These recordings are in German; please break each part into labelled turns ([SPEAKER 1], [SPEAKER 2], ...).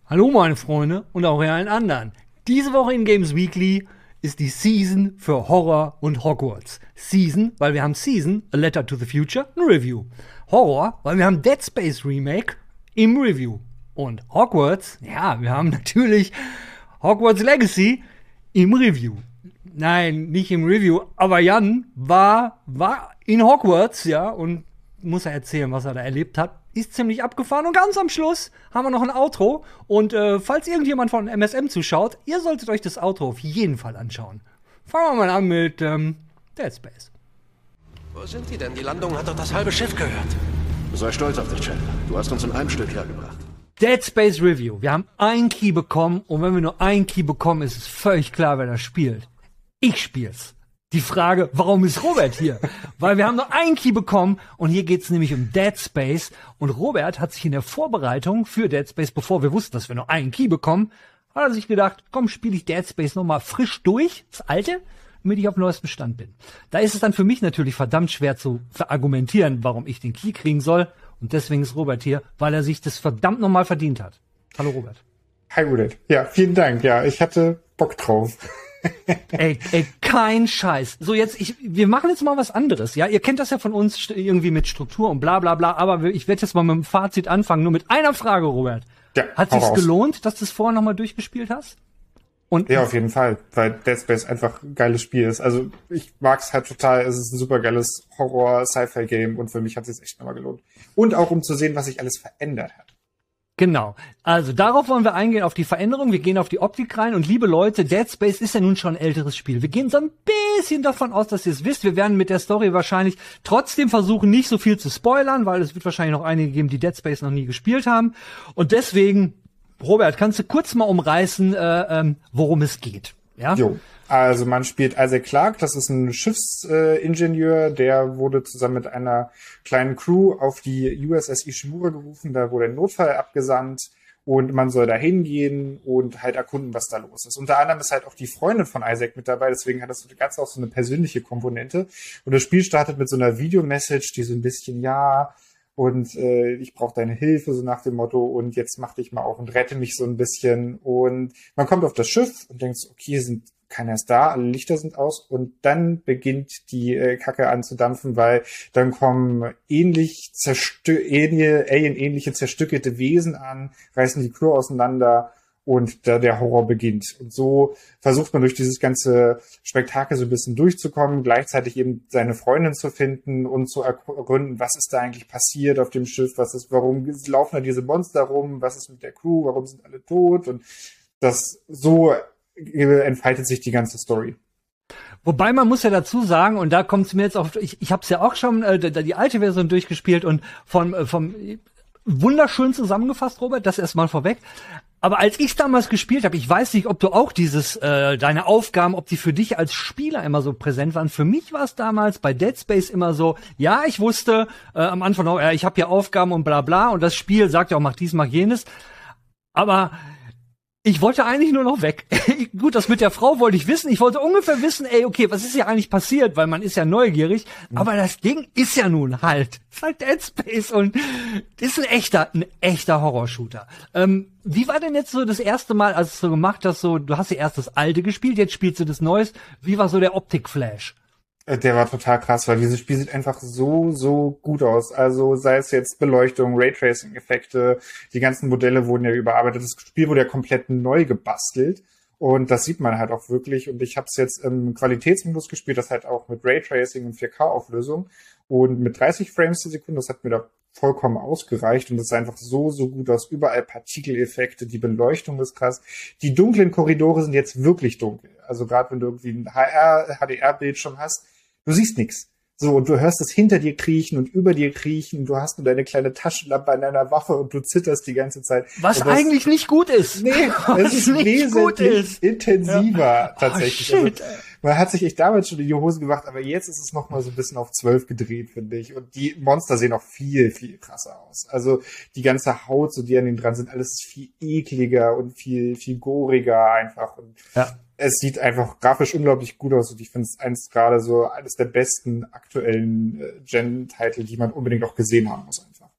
[SPEAKER 1] Hallo meine Freunde und auch ihr allen anderen. Diese Woche in Games Weekly ist die Season für Horror und Hogwarts. Season, weil wir haben Season, A Letter to the Future, ein Review. Horror, weil wir haben Dead Space Remake im Review. Und Hogwarts, ja, wir haben natürlich Hogwarts Legacy im Review. Nein, nicht im Review, aber Jan war in Hogwarts, ja, und muss er erzählen, was er da erlebt hat. Ist ziemlich abgefahren. Und ganz am Schluss haben wir noch ein Outro. Und falls irgendjemand von MSM zuschaut, ihr solltet euch das Outro auf jeden Fall anschauen. Fangen wir mal an mit Dead Space.
[SPEAKER 2] Wo sind die denn? Die Landung hat doch das halbe Schiff gehört.
[SPEAKER 3] Sei stolz auf dich, Chandler. Du hast uns in einem Stück hergebracht.
[SPEAKER 1] Dead Space Review. Wir haben einen Key bekommen. Und wenn wir nur einen Key bekommen, ist es völlig klar, wer das spielt. Ich spiel's. Die Frage, warum ist Robert hier? Weil wir haben nur einen Key bekommen und hier geht's nämlich um Dead Space. Und Robert hat sich in der Vorbereitung für Dead Space, bevor wir wussten, dass wir nur einen Key bekommen, hat er sich gedacht, komm, spiele ich Dead Space nochmal frisch durch, das alte, damit ich auf neuestem Stand bin. Da ist es dann für mich natürlich verdammt schwer zu verargumentieren, warum ich den Key kriegen soll. Und deswegen ist Robert hier, weil er sich das verdammt nochmal verdient hat. Hallo Robert.
[SPEAKER 4] Hi Robert. Ja, vielen Dank. Ja, ich hatte Bock drauf.
[SPEAKER 1] Ey, kein Scheiß. So, wir machen jetzt mal was anderes, ja? Ihr kennt das ja von uns irgendwie mit Struktur und bla bla bla, aber ich werde jetzt mal mit dem Fazit anfangen, nur mit einer Frage, Robert.
[SPEAKER 4] Ja,
[SPEAKER 1] hat sich's gelohnt, dass du es vorher nochmal durchgespielt hast? Und
[SPEAKER 4] ja, auf jeden Fall, weil Dead Space einfach ein geiles Spiel ist. Also ich mag's halt total, es ist ein super geiles Horror-Sci-Fi-Game und für mich hat es sich echt nochmal gelohnt. Und auch um zu sehen, was sich alles verändert hat.
[SPEAKER 1] Genau. Also darauf wollen wir eingehen, auf die Veränderung. Wir gehen auf die Optik rein. Und liebe Leute, Dead Space ist ja nun schon ein älteres Spiel. Wir gehen so ein bisschen davon aus, dass ihr es wisst. Wir werden mit der Story wahrscheinlich trotzdem versuchen, nicht so viel zu spoilern, weil es wird wahrscheinlich noch einige geben, die Dead Space noch nie gespielt haben. Und deswegen, Robert, kannst du kurz mal umreißen, worum es geht? Ja?
[SPEAKER 4] Jo. Also man spielt Isaac Clarke, das ist ein Schiffsingenieur, der wurde zusammen mit einer kleinen Crew auf die USS Ishimura gerufen, da wurde ein Notfall abgesandt und man soll da hingehen und halt erkunden, was da los ist. Unter anderem ist halt auch die Freundin von Isaac mit dabei, deswegen hat das ganz auch so eine persönliche Komponente. Und das Spiel startet mit so einer Videomessage, die so ein bisschen, und ich brauche deine Hilfe, so nach dem Motto, und jetzt mach dich mal auf und rette mich so ein bisschen. Und man kommt auf das Schiff und denkt so, okay, keiner ist da, alle Lichter sind aus und dann beginnt die Kacke an zu dampfen, weil dann kommen alien-ähnliche zerstückelte Wesen an, reißen die Crew auseinander und der Horror beginnt. Und so versucht man durch dieses ganze Spektakel so ein bisschen durchzukommen, gleichzeitig eben seine Freundin zu finden und zu ergründen, was ist da eigentlich passiert auf dem Schiff, warum laufen da diese Monster rum, was ist mit der Crew, warum sind alle tot, und das so entfaltet sich die ganze Story.
[SPEAKER 1] Wobei man muss ja dazu sagen, und da kommt es mir jetzt auf, ich habe es ja auch schon die alte Version durchgespielt und vom wunderschön zusammengefasst, Robert, das erstmal vorweg. Aber als ich damals gespielt habe, ich weiß nicht, ob du auch deine Aufgaben, ob die für dich als Spieler immer so präsent waren. Für mich war es damals bei Dead Space immer so, ja, ich wusste am Anfang auch, ich habe hier Aufgaben und bla bla, und das Spiel sagt ja auch, mach dies, mach jenes. Aber ich wollte eigentlich nur noch weg. Gut, das mit der Frau wollte ich wissen. Ich wollte ungefähr wissen, okay, was ist hier eigentlich passiert? Weil man ist ja neugierig. Aber das Ding ist ja nun halt. Ist halt Dead Space und ist ein echter Horrorshooter. Wie war denn jetzt so das erste Mal, als du es so gemacht hast, du hast ja erst das Alte gespielt, jetzt spielst du das Neues. Wie war so der Optikflash?
[SPEAKER 4] Der war total krass, weil dieses Spiel sieht einfach so gut aus. Also sei es jetzt Beleuchtung, Raytracing-Effekte, die ganzen Modelle wurden ja überarbeitet. Das Spiel wurde ja komplett neu gebastelt und das sieht man halt auch wirklich. Und ich habe es jetzt im Qualitätsmodus gespielt, das halt auch mit Raytracing und 4K-Auflösung und mit 30 Frames die Sekunde. Das hat mir da vollkommen ausgereicht und das sah einfach so gut aus. Überall Partikeleffekte, die Beleuchtung ist krass. Die dunklen Korridore sind jetzt wirklich dunkel. Also gerade wenn du irgendwie ein HDR-Bildschirm hast, du siehst nichts. So, und du hörst es hinter dir kriechen und über dir kriechen. Du hast nur deine kleine Taschenlampe an deiner Waffe und du zitterst die ganze Zeit.
[SPEAKER 1] Was eigentlich nicht gut ist.
[SPEAKER 4] Nee, es ist wesentlich intensiver tatsächlich.
[SPEAKER 1] Oh, shit.
[SPEAKER 4] Also, man hat sich echt damals schon in die Hose gemacht, aber jetzt ist es noch mal so ein bisschen auf 12 gedreht, finde ich. Und die Monster sehen auch viel krasser aus. Also die ganze Haut, so die an denen dran sind, alles ist viel ekliger und viel goriger einfach. Und es sieht einfach grafisch unglaublich gut aus und ich finde es eines der besten aktuellen Gen-Titel, die man unbedingt auch gesehen haben muss einfach.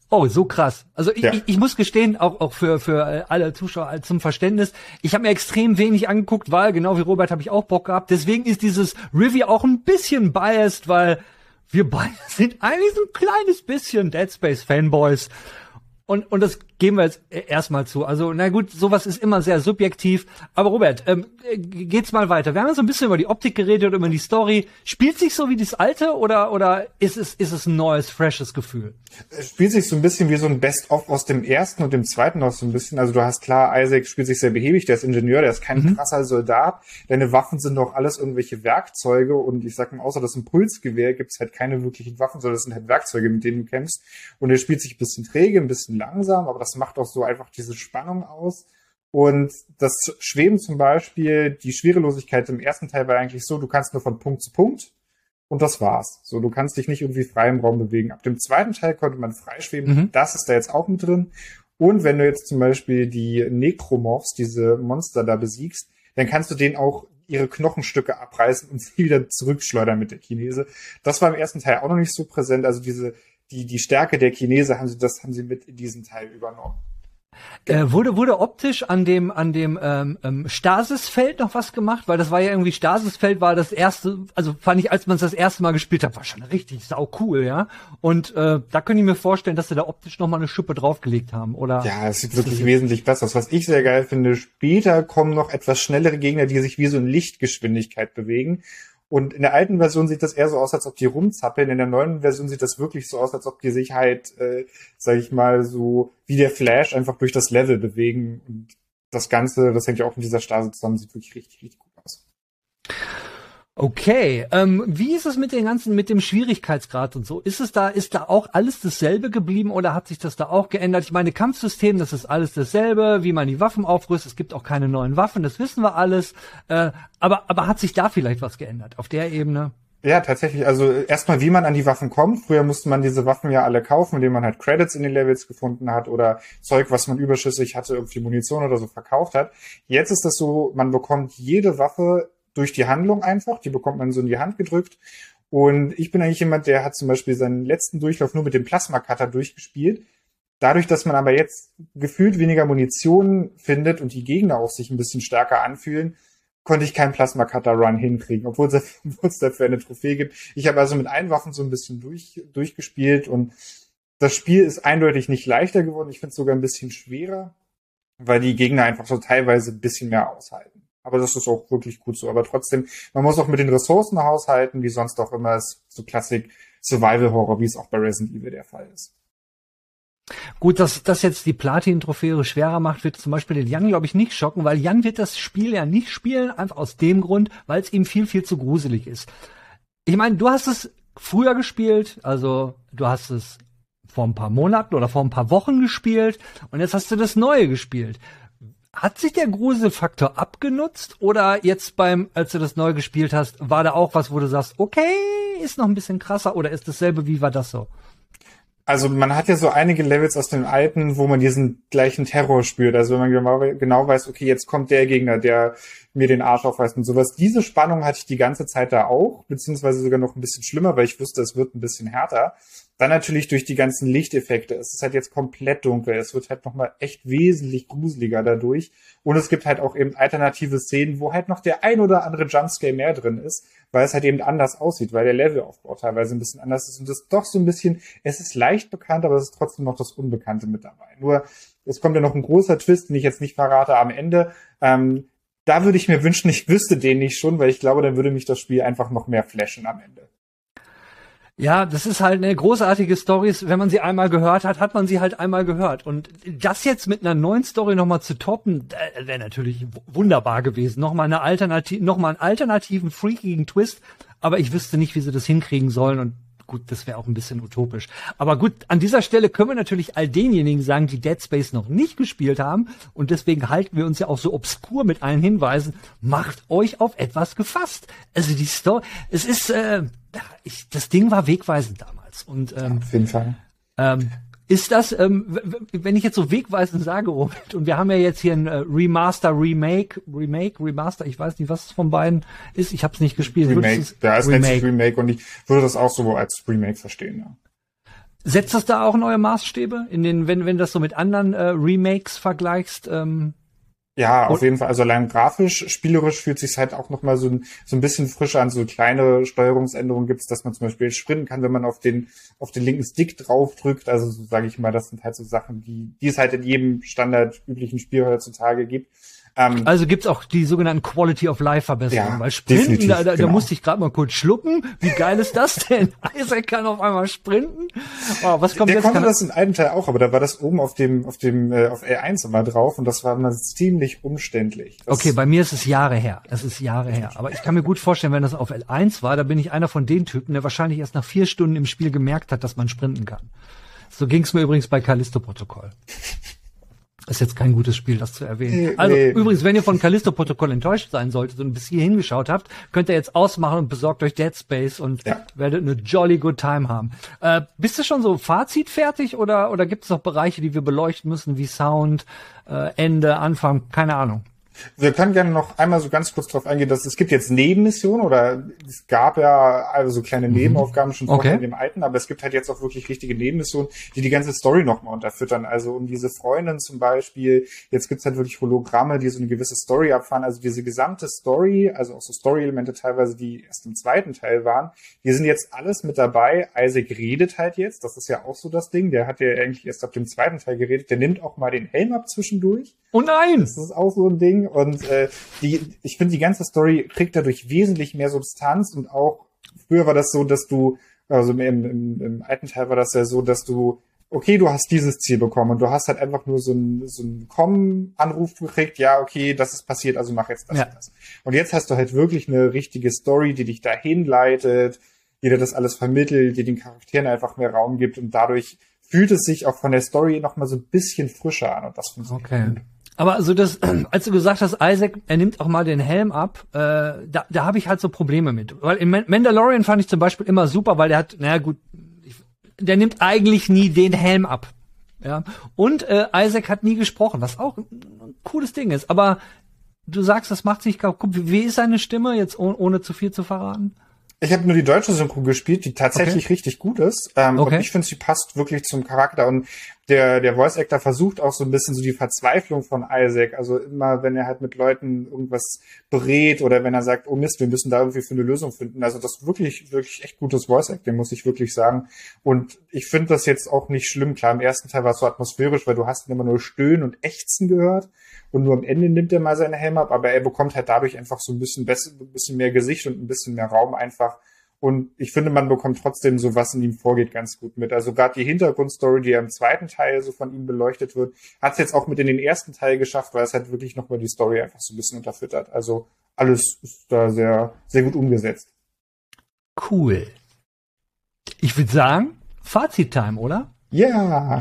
[SPEAKER 1] Oh, so krass. Also
[SPEAKER 4] Ja.
[SPEAKER 1] ich muss gestehen, auch für alle Zuschauer zum Verständnis, ich habe mir extrem wenig angeguckt, weil genau wie Robert habe ich auch Bock gehabt. Deswegen ist dieses Review auch ein bisschen biased, weil wir beide sind eigentlich so ein kleines bisschen Dead Space Fanboys. Und das geben wir jetzt erstmal zu. Also, na gut, sowas ist immer sehr subjektiv. Aber Robert, geht's mal weiter. Wir haben so ein bisschen über die Optik geredet und über die Story. Spielt sich so wie das alte oder ist es ein neues, freshes Gefühl?
[SPEAKER 4] Es spielt sich so ein bisschen wie so ein Best-of aus dem ersten und dem zweiten noch so ein bisschen. Also du hast klar, Isaac spielt sich sehr behäbig, der ist Ingenieur, der ist kein krasser Soldat. Deine Waffen sind doch alles irgendwelche Werkzeuge und ich sag mal, außer das Impulsgewehr gibt's halt keine wirklichen Waffen, sondern das sind halt Werkzeuge, mit denen du kämpfst. Und er spielt sich ein bisschen träge, ein bisschen langsam, aber das macht auch so einfach diese Spannung aus. Und das Schweben zum Beispiel, die Schwerelosigkeit im ersten Teil war eigentlich so, du kannst nur von Punkt zu Punkt und das war's. So, du kannst dich nicht irgendwie frei im Raum bewegen. Ab dem zweiten Teil konnte man frei schweben. Das ist da jetzt auch mit drin. Und wenn du jetzt zum Beispiel die Necromorphs, diese Monster da besiegst, dann kannst du denen auch ihre Knochenstücke abreißen und sie wieder zurückschleudern mit der Chinese. Das war im ersten Teil auch noch nicht so präsent. Also die Stärke der Chinese haben sie mit in diesen Teil übernommen.
[SPEAKER 1] Wurde optisch an dem Stasisfeld noch was gemacht? Weil das war ja irgendwie, Stasisfeld war das erste, also fand ich, als man es das erste Mal gespielt hat, war schon richtig sau cool, ja. Und da könnte ich mir vorstellen, dass sie da optisch noch mal eine Schippe draufgelegt haben, oder?
[SPEAKER 4] Ja, es sieht wirklich wesentlich besser aus. Was ich sehr geil finde, später kommen noch etwas schnellere Gegner, die sich wie so in Lichtgeschwindigkeit bewegen. Und in der alten Version sieht das eher so aus, als ob die rumzappeln. In der neuen Version sieht das wirklich so aus, als ob die sich halt, sag ich mal, so wie der Flash einfach durch das Level bewegen. Und das Ganze, das hängt ja auch mit dieser Stase zusammen, sieht wirklich richtig, richtig gut aus.
[SPEAKER 1] Okay, wie ist es mit dem Schwierigkeitsgrad und so? Ist da auch alles dasselbe geblieben oder hat sich das da auch geändert? Ich meine, Kampfsystem, das ist alles dasselbe, wie man die Waffen aufrüstet. Es gibt auch keine neuen Waffen, das wissen wir alles. Aber hat sich da vielleicht was geändert auf der Ebene?
[SPEAKER 4] Ja, tatsächlich. Also erstmal, wie man an die Waffen kommt. Früher musste man diese Waffen ja alle kaufen, indem man halt Credits in den Levels gefunden hat oder Zeug, was man überschüssig hatte, irgendwie Munition oder so verkauft hat. Jetzt ist das so, man bekommt jede Waffe durch die Handlung einfach, die bekommt man so in die Hand gedrückt. Und ich bin eigentlich jemand, der hat zum Beispiel seinen letzten Durchlauf nur mit dem Plasma-Cutter durchgespielt. Dadurch, dass man aber jetzt gefühlt weniger Munition findet und die Gegner auch sich ein bisschen stärker anfühlen, konnte ich keinen Plasma-Cutter-Run hinkriegen, obwohl es dafür eine Trophäe gibt. Ich habe also mit allen Waffen so ein bisschen durchgespielt und das Spiel ist eindeutig nicht leichter geworden. Ich finde es sogar ein bisschen schwerer, weil die Gegner einfach so teilweise ein bisschen mehr aushalten. Aber das ist auch wirklich gut so. Aber trotzdem, man muss auch mit den Ressourcen haushalten, wie sonst auch immer. Es ist so Klassik Survival-Horror, wie es auch bei Resident Evil der Fall ist.
[SPEAKER 1] Gut, dass das jetzt die Platin-Trophäe schwerer macht, wird zum Beispiel den Jan, glaube ich, nicht schocken, weil Jan wird das Spiel ja nicht spielen, einfach aus dem Grund, weil es ihm viel, viel zu gruselig ist. Ich meine, du hast es früher gespielt, also du hast es vor ein paar Monaten oder vor ein paar Wochen gespielt und jetzt hast du das Neue gespielt. Hat sich der Gruselfaktor abgenutzt oder jetzt als du das neu gespielt hast, war da auch was, wo du sagst, okay, ist noch ein bisschen krasser oder ist dasselbe, wie war das so?
[SPEAKER 4] Also man hat ja so einige Levels aus dem alten, wo man diesen gleichen Terror spürt. Also wenn man genau weiß, okay, jetzt kommt der Gegner, der mir den Arsch aufreißt und sowas. Diese Spannung hatte ich die ganze Zeit da auch, beziehungsweise sogar noch ein bisschen schlimmer, weil ich wusste, es wird ein bisschen härter. Dann natürlich durch die ganzen Lichteffekte. Es ist halt jetzt komplett dunkel. Es wird halt nochmal echt wesentlich gruseliger dadurch. Und es gibt halt auch eben alternative Szenen, wo halt noch der ein oder andere Jumpscare mehr drin ist, weil es halt eben anders aussieht, weil der Levelaufbau teilweise ein bisschen anders ist. Und das ist doch so ein bisschen, es ist leicht bekannt, aber es ist trotzdem noch das Unbekannte mit dabei. Nur, es kommt ja noch ein großer Twist, den ich jetzt nicht verrate am Ende. Da würde ich mir wünschen, ich wüsste den nicht schon, weil ich glaube, dann würde mich das Spiel einfach noch mehr flashen am Ende.
[SPEAKER 1] Ja, das ist halt eine großartige Story. Wenn man sie einmal gehört hat, hat man sie halt einmal gehört. Und das jetzt mit einer neuen Story nochmal zu toppen, wäre natürlich wunderbar gewesen. Nochmal einen alternativen, freakigen Twist. Aber ich wüsste nicht, wie sie das hinkriegen sollen. Und gut, das wäre auch ein bisschen utopisch. Aber gut, an dieser Stelle können wir natürlich all denjenigen sagen, die Dead Space noch nicht gespielt haben. Und deswegen halten wir uns ja auch so obskur mit allen Hinweisen. Macht euch auf etwas gefasst. Also die Story, es ist, das Ding war wegweisend damals. Und
[SPEAKER 4] auf jeden Fall.
[SPEAKER 1] Ist das, wenn ich jetzt so wegweisend sage, Robert, und wir haben ja jetzt hier ein Remaster, Remake, ich weiß nicht, was es von beiden ist, ich habe es nicht gespielt.
[SPEAKER 4] Remake, ja, es nennt sich Remake und ich würde das auch so als Remake verstehen, ja.
[SPEAKER 1] Setzt das da auch neue Maßstäbe in den, wenn das so mit anderen Remakes vergleichst?
[SPEAKER 4] Ja, auf jeden Fall. Also allein grafisch, spielerisch fühlt sich halt auch nochmal so ein bisschen frischer an. So kleine Steuerungsänderungen gibt's, dass man zum Beispiel sprinten kann, wenn man auf den linken Stick draufdrückt. Also so sage ich mal, das sind halt so Sachen, die es halt in jedem standardüblichen Spiel heutzutage gibt.
[SPEAKER 1] Also gibt's auch die sogenannten Quality of Life Verbesserungen,
[SPEAKER 4] Ja,
[SPEAKER 1] weil Sprinten, da
[SPEAKER 4] genau.
[SPEAKER 1] musste ich gerade mal kurz schlucken. Wie geil ist das denn? Isaac kann auf einmal sprinten. Oh, was kommt
[SPEAKER 4] Der
[SPEAKER 1] jetzt?
[SPEAKER 4] konnte das in einem Teil auch, aber da war das oben auf L1 immer drauf und das war immer ziemlich umständlich.
[SPEAKER 1] Okay, bei mir ist es Jahre her. Aber ich kann mir gut vorstellen, wenn das auf L1 war, da bin ich einer von den Typen, der wahrscheinlich erst nach 4 Stunden im Spiel gemerkt hat, dass man sprinten kann. So ging's mir übrigens bei Callisto-Protokoll. Ist jetzt kein gutes Spiel, das zu erwähnen. Also übrigens, wenn ihr von Callisto-Protokoll enttäuscht sein solltet und bis hierhin geschaut habt, könnt ihr jetzt ausmachen und besorgt euch Dead Space und werdet eine jolly good time haben. Bist du schon so fazitfertig oder gibt es noch Bereiche, die wir beleuchten müssen, wie Sound, Ende, Anfang, keine Ahnung?
[SPEAKER 4] Wir können gerne noch einmal so ganz kurz drauf eingehen, dass es gibt jetzt Nebenmissionen oder es gab ja also so kleine Nebenaufgaben schon vorher in dem alten, aber es gibt halt jetzt auch wirklich richtige Nebenmissionen, die ganze Story nochmal unterfüttern. Also um diese Freundin zum Beispiel, jetzt gibt's halt wirklich Hologramme, die so eine gewisse Story abfahren. Also diese gesamte Story, also auch so Story-Elemente teilweise, die erst im zweiten Teil waren, die sind jetzt alles mit dabei. Isaac redet halt jetzt, das ist ja auch so das Ding, der hat ja eigentlich erst ab dem zweiten Teil geredet, der nimmt auch mal den Helm ab zwischendurch.
[SPEAKER 1] Oh nein!
[SPEAKER 4] Das ist auch so ein Ding. Und ich finde, die ganze Story kriegt dadurch wesentlich mehr Substanz. Und auch früher war das so, dass du, also im alten Teil war das ja so, dass du, okay, du hast dieses Ziel bekommen und du hast halt einfach nur so einen Anruf gekriegt, ja, okay, das ist passiert, also mach jetzt das und das. Und jetzt hast du halt wirklich eine richtige Story, die dich dahin leitet, die dir das alles vermittelt, die den Charakteren einfach mehr Raum gibt und dadurch fühlt es sich auch von der Story noch mal so ein bisschen frischer an und das finde ich gut.
[SPEAKER 1] Aber also das, als du gesagt hast, Isaac, er nimmt auch mal den Helm ab, da habe ich halt so Probleme mit. Weil in Mandalorian fand ich zum Beispiel immer super, weil der hat, der nimmt eigentlich nie den Helm ab. Ja. Und Isaac hat nie gesprochen, was auch ein cooles Ding ist. Aber du sagst, das macht sich kaputt. Wie ist seine Stimme jetzt, ohne zu viel zu verraten?
[SPEAKER 4] Ich habe nur die deutsche Synchro gespielt, die tatsächlich richtig gut ist. Und ich finde, sie passt wirklich zum Charakter. Und der Voice Actor versucht auch so ein bisschen so die Verzweiflung von Isaac. Also immer, wenn er halt mit Leuten irgendwas berät oder wenn er sagt, oh Mist, wir müssen da irgendwie für eine Lösung finden. Also das ist wirklich, wirklich echt gutes Voice Acting, muss ich wirklich sagen. Und ich finde das jetzt auch nicht schlimm. Klar, im ersten Teil war es so atmosphärisch, weil du hast ihn immer nur Stöhnen und Ächzen gehört. Und nur am Ende nimmt er mal seine Helme ab, aber er bekommt halt dadurch einfach so ein bisschen mehr Gesicht und ein bisschen mehr Raum einfach. Und ich finde, man bekommt trotzdem so, was in ihm vorgeht, ganz gut mit. Also gerade die Hintergrundstory, die ja im zweiten Teil so von ihm beleuchtet wird, hat es jetzt auch mit in den ersten Teil geschafft, weil es halt wirklich nochmal die Story einfach so ein bisschen unterfüttert. Also alles ist da sehr, sehr gut umgesetzt.
[SPEAKER 1] Cool. Ich würde sagen, Fazit-Time, oder?
[SPEAKER 4] Ja.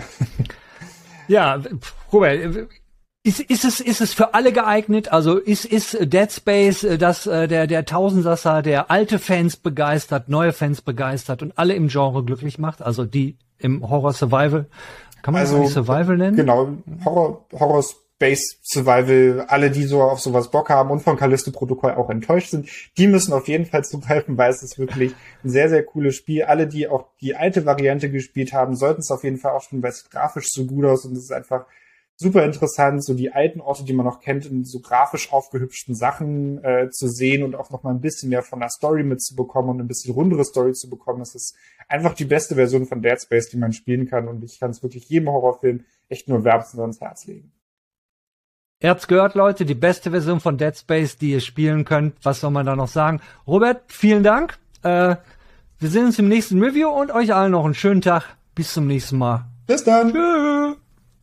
[SPEAKER 1] Ja, Robert, ist es für alle geeignet? Also ist Dead Space, dass der Tausendsasser, der alte Fans begeistert, neue Fans begeistert und alle im Genre glücklich macht? Also die im Horror Survival, kann man das nicht Survival nennen?
[SPEAKER 4] Genau, Horror Space Survival, alle, die so auf sowas Bock haben und von Callisto-Protokoll auch enttäuscht sind, die müssen auf jeden Fall zugreifen, weil es ist wirklich ein sehr, sehr cooles Spiel. Alle, die auch die alte Variante gespielt haben, sollten es auf jeden Fall auch spielen, weil es grafisch so gut aus und es ist einfach super interessant, so die alten Orte, die man noch kennt, in so grafisch aufgehübschten Sachen zu sehen und auch noch mal ein bisschen mehr von der Story mitzubekommen und ein bisschen rundere Story zu bekommen. Es ist einfach die beste Version von Dead Space, die man spielen kann und ich kann es wirklich jedem Horrorfilm echt nur wärmstens ans Herz legen.
[SPEAKER 1] Ihr habt's gehört, Leute, die beste Version von Dead Space, die ihr spielen könnt. Was soll man da noch sagen? Robert, vielen Dank. Wir sehen uns im nächsten Review und euch allen noch einen schönen Tag. Bis zum nächsten Mal.
[SPEAKER 4] Bis dann.
[SPEAKER 1] Tschüss.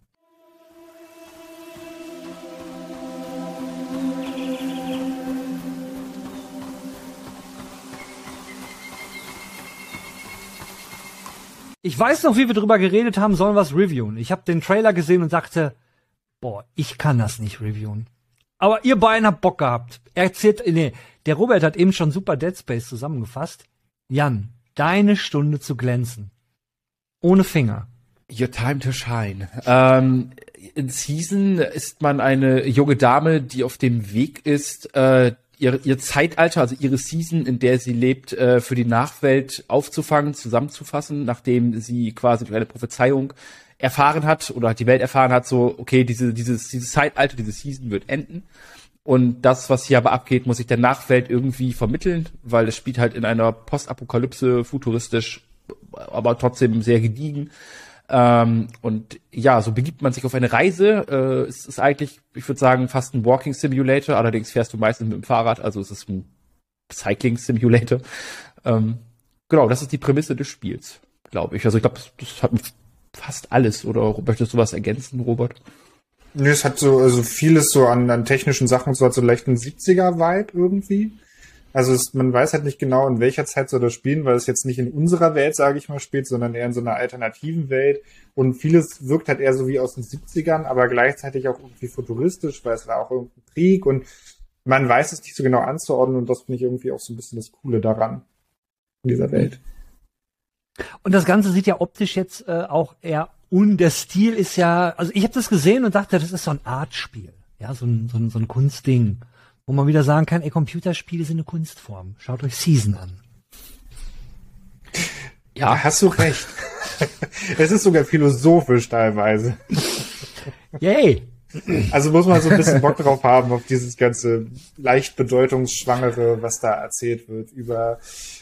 [SPEAKER 1] Ich weiß noch, wie wir drüber geredet haben, sollen wir es reviewen. Ich habe den Trailer gesehen und dachte, boah, ich kann das nicht reviewen. Aber ihr beiden habt Bock gehabt. Der Robert hat eben schon super Dead Space zusammengefasst. Jan, deine Stunde zu glänzen. Ohne Finger.
[SPEAKER 5] Your time to shine. In Season ist man eine junge Dame, die auf dem Weg ist,
[SPEAKER 6] ihr Zeitalter, also ihre Season, in der sie lebt, für die Nachwelt aufzufangen, zusammenzufassen, nachdem sie quasi durch eine Prophezeiung erfahren hat oder die Welt erfahren hat, so, okay, dieses Zeitalter, diese Season wird enden. Und das, was hier aber abgeht, muss ich der Nachwelt irgendwie vermitteln, weil es spielt halt in einer Postapokalypse, futuristisch, aber trotzdem sehr gediegen. Und ja, so begibt man sich auf eine Reise. Es ist eigentlich, ich würde sagen, fast ein Walking Simulator. Allerdings fährst du meistens mit dem Fahrrad, also es ist ein Cycling Simulator. Genau, das ist die Prämisse des Spiels, glaube ich. Also ich glaube, das hat fast alles. Oder möchtest du was ergänzen, Robert?
[SPEAKER 4] Nö, es hat so, also vieles so an technischen Sachen, so hat so leicht einen 70er-Vibe irgendwie. Also man weiß halt nicht genau, in welcher Zeit soll das spielen, weil es jetzt nicht in unserer Welt, sage ich mal, spielt, sondern eher in so einer alternativen Welt. Und vieles wirkt halt eher so wie aus den 70ern, aber gleichzeitig auch irgendwie futuristisch, weil es war auch irgendein Krieg und man weiß es nicht so genau anzuordnen und das finde ich irgendwie auch so ein bisschen das Coole daran, in dieser Welt.
[SPEAKER 1] Und das Ganze sieht ja optisch jetzt auch eher der Stil ist ja, also ich habe das gesehen und dachte, das ist so ein Artspiel, ja, so ein Kunstding, wo man wieder sagen kann, ey, Computerspiele sind eine Kunstform. Schaut euch Season an.
[SPEAKER 4] Ja, hast du recht. Es ist sogar philosophisch teilweise.
[SPEAKER 1] Yay!
[SPEAKER 4] Also muss man so ein bisschen Bock drauf haben, auf dieses ganze leicht bedeutungsschwangere, was da erzählt wird, über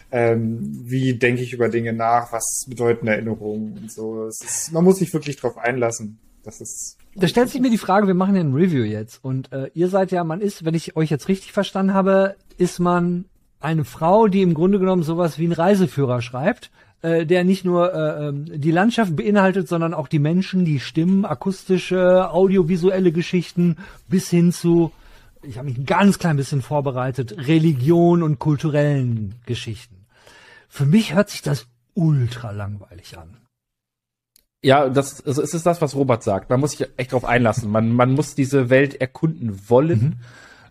[SPEAKER 4] wie denke ich über Dinge nach, was bedeuten Erinnerungen und so. Man muss sich wirklich drauf einlassen.
[SPEAKER 1] Da stellt sich mir die Frage, wir machen ja ein Review jetzt und ihr seid ja, man ist, wenn ich euch jetzt richtig verstanden habe, ist man eine Frau, die im Grunde genommen sowas wie einen Reiseführer schreibt, der nicht nur die Landschaft beinhaltet, sondern auch die Menschen, die Stimmen, akustische, audiovisuelle Geschichten bis hin zu, ich habe mich ein ganz klein bisschen vorbereitet, Religion und kulturellen Geschichten. Für mich hört sich das ultra langweilig an.
[SPEAKER 6] Ja, es ist das, was Robert sagt. Man muss sich echt drauf einlassen. Man muss diese Welt erkunden wollen.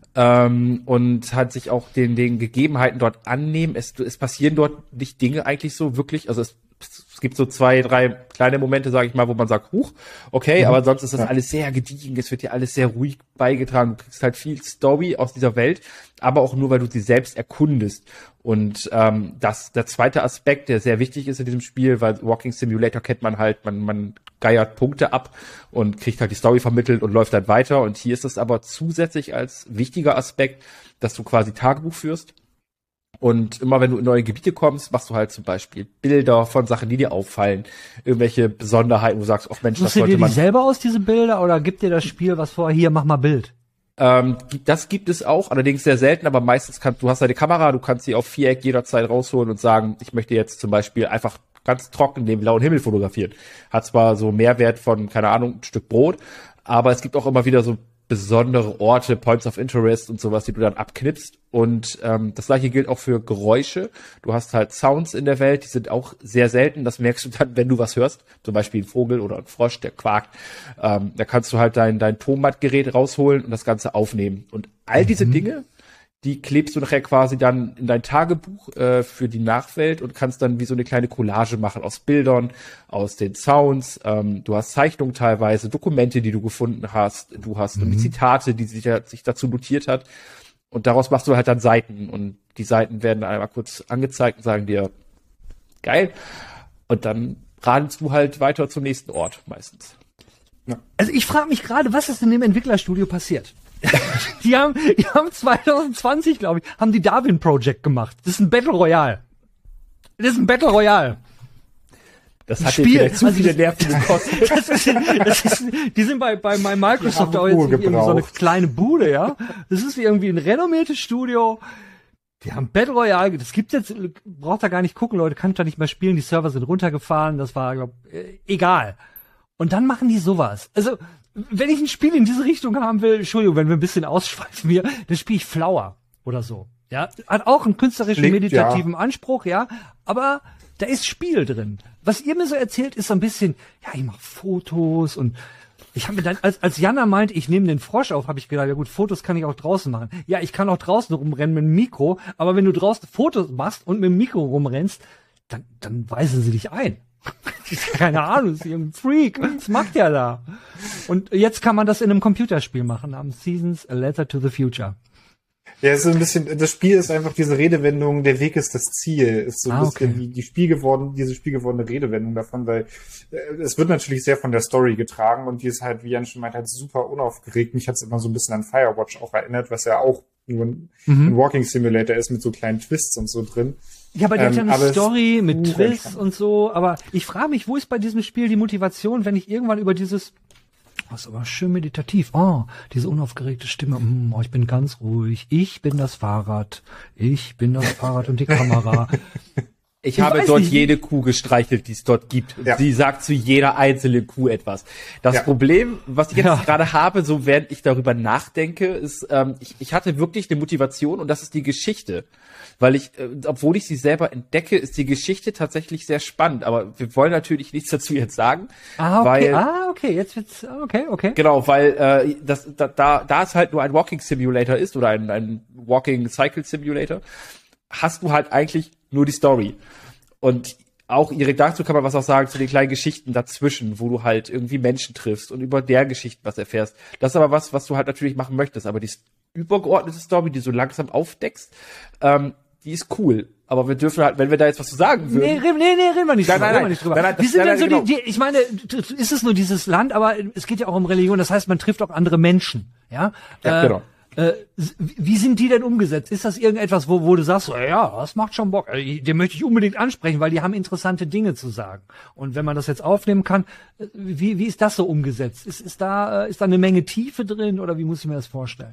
[SPEAKER 6] Und halt sich auch den Gegebenheiten dort annehmen. Es passieren dort nicht Dinge eigentlich so wirklich. Also es gibt so 2, 3 kleine Momente, sage ich mal, wo man sagt, huch, okay, aber sonst ist das alles sehr gediegen. Es wird dir alles sehr ruhig beigetragen. Du kriegst halt viel Story aus dieser Welt, aber auch nur, weil du sie selbst erkundest. Und der zweite Aspekt, der sehr wichtig ist in diesem Spiel, weil Walking Simulator kennt man halt, man geiert Punkte ab und kriegt halt die Story vermittelt und läuft dann weiter. Und hier ist es aber zusätzlich als wichtiger Aspekt, dass du quasi Tagebuch führst. Und immer wenn du in neue Gebiete kommst, machst du halt zum Beispiel Bilder von Sachen, die dir auffallen, irgendwelche Besonderheiten, wo du sagst, oh Mensch, das sollte man...
[SPEAKER 1] Suchst du dir die selber aus, diese Bilder, oder gibt dir das Spiel was vor, hier, mach mal Bild?
[SPEAKER 6] Das gibt es auch, allerdings sehr selten, aber meistens du hast deine Kamera, du kannst sie auf Viereck jederzeit rausholen und sagen, ich möchte jetzt zum Beispiel einfach ganz trocken den blauen Himmel fotografieren. Hat zwar so Mehrwert von, keine Ahnung, ein Stück Brot, aber es gibt auch immer wieder so besondere Orte, Points of Interest und sowas, die du dann abknipst. Und das gleiche gilt auch für Geräusche. Du hast halt Sounds in der Welt, die sind auch sehr selten. Das merkst du dann, wenn du was hörst. Zum Beispiel ein Vogel oder ein Frosch, der quakt. Da kannst du halt dein Tonbandgerät rausholen und das Ganze aufnehmen. Und all diese Dinge, die klebst du nachher quasi dann in dein Tagebuch für die Nachwelt und kannst dann wie so eine kleine Collage machen aus Bildern, aus den Sounds. Du hast Zeichnungen teilweise, Dokumente, die du gefunden hast. Du hast Zitate, die sich dazu notiert hat. Und daraus machst du halt dann Seiten. Und die Seiten werden einmal kurz angezeigt und sagen dir, geil. Und dann radelst du halt weiter zum nächsten Ort meistens.
[SPEAKER 1] Ja. Also ich frage mich gerade, was ist in dem Entwicklerstudio passiert? Die haben 2020, glaube ich, haben die Darwin Project gemacht. Das ist ein Battle Royale.
[SPEAKER 6] Das hat dir vielleicht zu viele Nerven gekostet.
[SPEAKER 1] Die sind bei Microsoft auch jetzt irgendwie so eine kleine Bude, ja. Das ist irgendwie ein renommiertes Studio. Die haben Battle Royale, das gibt's jetzt, braucht da gar nicht gucken, Leute, kann da nicht mehr spielen, die Server sind runtergefahren, das war, egal. Und dann machen die sowas. Also, wenn ich ein Spiel in diese Richtung haben will, Entschuldigung, wenn wir ein bisschen ausschweifen hier, dann spiele ich Flower oder so. Ja, hat auch einen künstlerischen, meditativen Anspruch, ja, aber da ist Spiel drin. Was ihr mir so erzählt, ist so ein bisschen, ja, ich mache Fotos und ich habe mir dann, als Jana meint, ich nehme den Frosch auf, habe ich gedacht, ja gut, Fotos kann ich auch draußen machen. Ja, ich kann auch draußen rumrennen mit dem Mikro, aber wenn du draußen Fotos machst und mit dem Mikro rumrennst, dann weisen sie dich ein. Keine Ahnung, ist ein Freak. Was macht der da? Und jetzt kann man das in einem Computerspiel machen, namens Seasons, A Letter to the Future.
[SPEAKER 4] Ja, ist so ein bisschen, das Spiel ist einfach diese Redewendung, der Weg ist das Ziel, ist so ein bisschen
[SPEAKER 1] okay.
[SPEAKER 4] diese Spiel gewordene Redewendung davon, weil es wird natürlich sehr von der Story getragen und die ist halt, wie Jan schon meint, halt super unaufgeregt. Mich hat's immer so ein bisschen an Firewatch auch erinnert, was ja auch nur ein Walking Simulator ist mit so kleinen Twists und so drin.
[SPEAKER 1] Ja, aber der hat ja eine Story mit Twists
[SPEAKER 4] entspannt.
[SPEAKER 1] und so, aber ich frage mich, wo ist bei diesem Spiel die Motivation, wenn ich irgendwann über dieses, was aber schön meditativ, diese unaufgeregte Stimme, ich bin ganz ruhig, ich bin das Fahrrad und die Kamera.
[SPEAKER 6] Ich
[SPEAKER 1] Ich
[SPEAKER 6] habe
[SPEAKER 1] weiß
[SPEAKER 6] dort
[SPEAKER 1] nicht.
[SPEAKER 6] jede Kuh gestreichelt, die es dort gibt. Und
[SPEAKER 4] Ja.
[SPEAKER 6] sie sagt zu jeder einzelnen Kuh etwas. Das
[SPEAKER 4] Ja.
[SPEAKER 6] Problem, was ich jetzt
[SPEAKER 1] Ja.
[SPEAKER 6] gerade habe, so während ich darüber nachdenke, ist, ich hatte wirklich eine Motivation und das ist die Geschichte. Weil obwohl ich sie selber entdecke, ist die Geschichte tatsächlich sehr spannend. Aber wir wollen natürlich nichts dazu jetzt sagen.
[SPEAKER 1] Okay,
[SPEAKER 6] Weil,
[SPEAKER 1] okay, jetzt wird's, okay.
[SPEAKER 6] Genau, weil da es halt nur ein Walking Simulator ist oder ein Walking Cycle Simulator, hast du halt eigentlich nur die Story. Und auch Erik, dazu kann man was auch sagen zu den kleinen Geschichten dazwischen, wo du halt irgendwie Menschen triffst und über der Geschichten was erfährst. Das ist aber was du halt natürlich machen möchtest. Aber die übergeordnete Story, die so langsam aufdeckst, die ist cool. Aber wir dürfen halt, wenn wir da jetzt was zu sagen würden.
[SPEAKER 1] Nee, reden wir nicht drüber.
[SPEAKER 6] Nein,
[SPEAKER 1] Reden wir nicht drüber.
[SPEAKER 6] nein,
[SPEAKER 1] Wie sind denn so
[SPEAKER 6] genau.
[SPEAKER 1] ich meine, ist es nur dieses Land, aber es geht ja auch um Religion, das heißt, man trifft auch andere Menschen, ja?
[SPEAKER 6] Ja, genau.
[SPEAKER 1] Wie sind die denn umgesetzt? Ist das irgendetwas, wo du sagst, ja, das macht schon Bock, den möchte ich unbedingt ansprechen, weil die haben interessante Dinge zu sagen. Und wenn man das jetzt aufnehmen kann, wie ist das so umgesetzt? Ist da eine Menge Tiefe drin oder wie muss ich mir das vorstellen?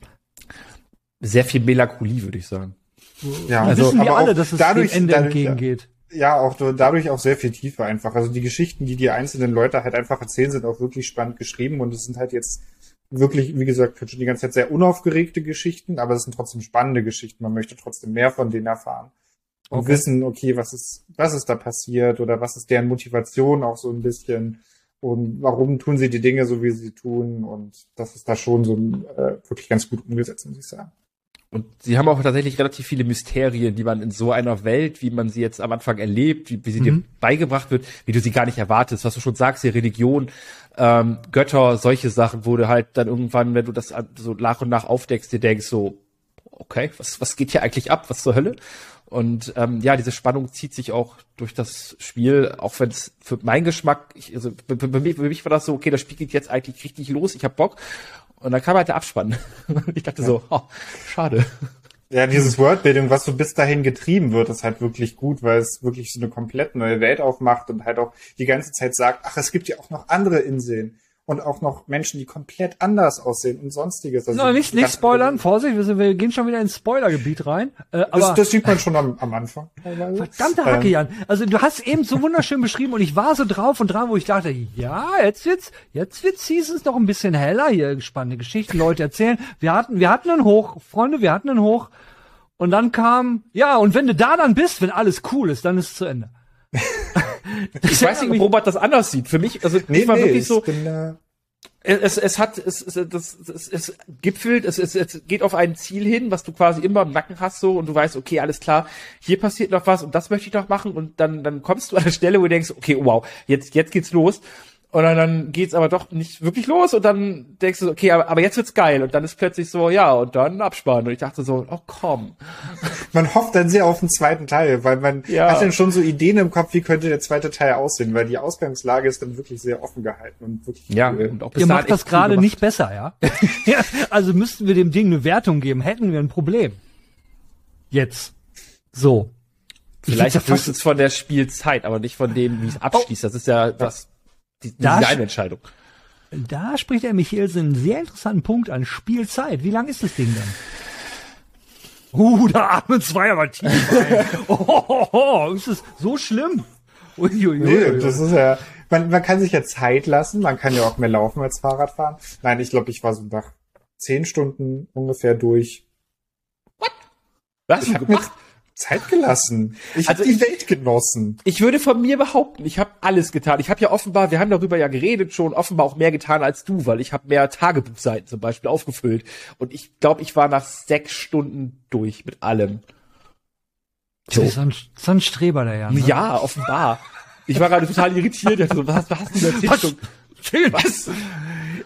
[SPEAKER 6] Sehr viel Melancholie, würde ich sagen.
[SPEAKER 4] Ja,
[SPEAKER 1] Also, wissen wir
[SPEAKER 4] aber
[SPEAKER 1] alle,
[SPEAKER 4] auch
[SPEAKER 1] dass es
[SPEAKER 4] dadurch,
[SPEAKER 1] dem Ende
[SPEAKER 4] dadurch,
[SPEAKER 1] entgegengeht.
[SPEAKER 4] Ja, auch dadurch auch sehr viel tiefer einfach. Also die Geschichten, die einzelnen Leute halt einfach erzählen, sind auch wirklich spannend geschrieben und es sind halt jetzt wirklich, wie gesagt, schon die ganze Zeit sehr unaufgeregte Geschichten, aber es sind trotzdem spannende Geschichten. Man möchte trotzdem mehr von denen erfahren und wissen, okay, was ist da passiert oder was ist deren Motivation auch so ein bisschen und warum tun sie die Dinge so, wie sie tun und das ist da schon so wirklich ganz gut umgesetzt, muss ich sagen.
[SPEAKER 6] Und sie haben auch tatsächlich relativ viele Mysterien, die man in so einer Welt, wie man sie jetzt am Anfang erlebt, wie sie dir beigebracht wird, wie du sie gar nicht erwartest. Was du schon sagst, die Religion, Götter, solche Sachen, wo du halt dann irgendwann, wenn du das so nach und nach aufdeckst, dir denkst so, okay, was geht hier eigentlich ab? Was zur Hölle? Und diese Spannung zieht sich auch durch das Spiel, auch wenn es für meinen Geschmack, für mich war das so, okay, das Spiel geht jetzt eigentlich richtig los, ich hab Bock. Und dann kam halt der Abspann. Ich dachte so, schade.
[SPEAKER 4] Ja, dieses Worldbuilding, was so bis dahin getrieben wird, ist halt wirklich gut, weil es wirklich so eine komplett neue Welt aufmacht und halt auch die ganze Zeit sagt, ach, es gibt ja auch noch andere Inseln und auch noch Menschen, die komplett anders aussehen und sonstiges. Also
[SPEAKER 1] Nicht spoilern, Vorsicht, wir gehen schon wieder ins Spoilergebiet rein. Aber
[SPEAKER 4] das sieht man schon am Anfang.
[SPEAKER 1] verdammte Hacke, Jan. Also du hast eben so wunderschön beschrieben und ich war so drauf und dran, wo ich dachte, ja, jetzt wird's hieß es noch ein bisschen heller hier, spannende Geschichten, Leute erzählen. Wir hatten einen Hoch, Freunde, wir hatten einen Hoch. Und dann kam, ja, und wenn du da dann bist, wenn alles cool ist, dann ist es zu Ende.
[SPEAKER 6] Ich weiß nicht, ob Robert das anders sieht. Für mich, also ich war wirklich so, es gipfelt, es geht auf ein Ziel hin, was du quasi immer im Nacken hast so und du weißt, okay, alles klar, hier passiert noch was und das möchte ich noch machen und dann kommst du an der Stelle, wo du denkst, okay, wow, jetzt geht's los. Und dann geht's aber doch nicht wirklich los und dann denkst du, okay, aber jetzt wird's geil und dann ist plötzlich so, ja, und dann Abspann und ich dachte so, oh komm.
[SPEAKER 4] Man hofft dann sehr auf den zweiten Teil, weil man hat dann schon so Ideen im Kopf, wie könnte der zweite Teil aussehen, weil die Ausgangslage ist dann wirklich sehr offen gehalten und wirklich cool.
[SPEAKER 6] Und auch bis
[SPEAKER 1] Ihr
[SPEAKER 6] dahin
[SPEAKER 1] macht das
[SPEAKER 6] echt cool
[SPEAKER 1] gerade
[SPEAKER 6] gemacht.
[SPEAKER 1] nicht besser, ja? Ja, also müssten wir dem Ding eine Wertung geben, hätten wir ein Problem. Jetzt. So.
[SPEAKER 6] Vielleicht
[SPEAKER 1] Ich find's ja fast-
[SPEAKER 6] höchstens von der Spielzeit, aber nicht von dem, wie es abschließt. Das ist ja was, die Designentscheidung.
[SPEAKER 1] Da spricht der Michaelsen einen sehr interessanten Punkt an. Spielzeit. Wie lang ist das Ding denn? Da atmen zwei aber tief ein. Ist das so schlimm? Uiuiui.
[SPEAKER 4] Nee, das ist ja, man kann sich ja Zeit lassen, man kann ja auch mehr laufen als Fahrrad fahren. Nein, ich glaube, ich war so nach 10 Stunden ungefähr durch.
[SPEAKER 6] Was hast
[SPEAKER 4] Ich
[SPEAKER 6] du
[SPEAKER 4] habe mir
[SPEAKER 6] gemacht?
[SPEAKER 4] Zeit gelassen. Ich habe
[SPEAKER 6] Also
[SPEAKER 4] die Welt genossen.
[SPEAKER 6] Ich würde von mir behaupten, ich habe alles getan. Ich habe ja offenbar, wir haben darüber ja geredet schon, offenbar auch mehr getan als du, weil ich habe mehr Tagebuchseiten zum Beispiel aufgefüllt. Und ich glaube, ich war nach 6 Stunden durch mit allem.
[SPEAKER 1] So ein Streber, der Jan. Ne?
[SPEAKER 6] Ja, offenbar. Ich war gerade total irritiert. Ich dachte so, was hast du denn erzählt?
[SPEAKER 1] Was?
[SPEAKER 6] Was?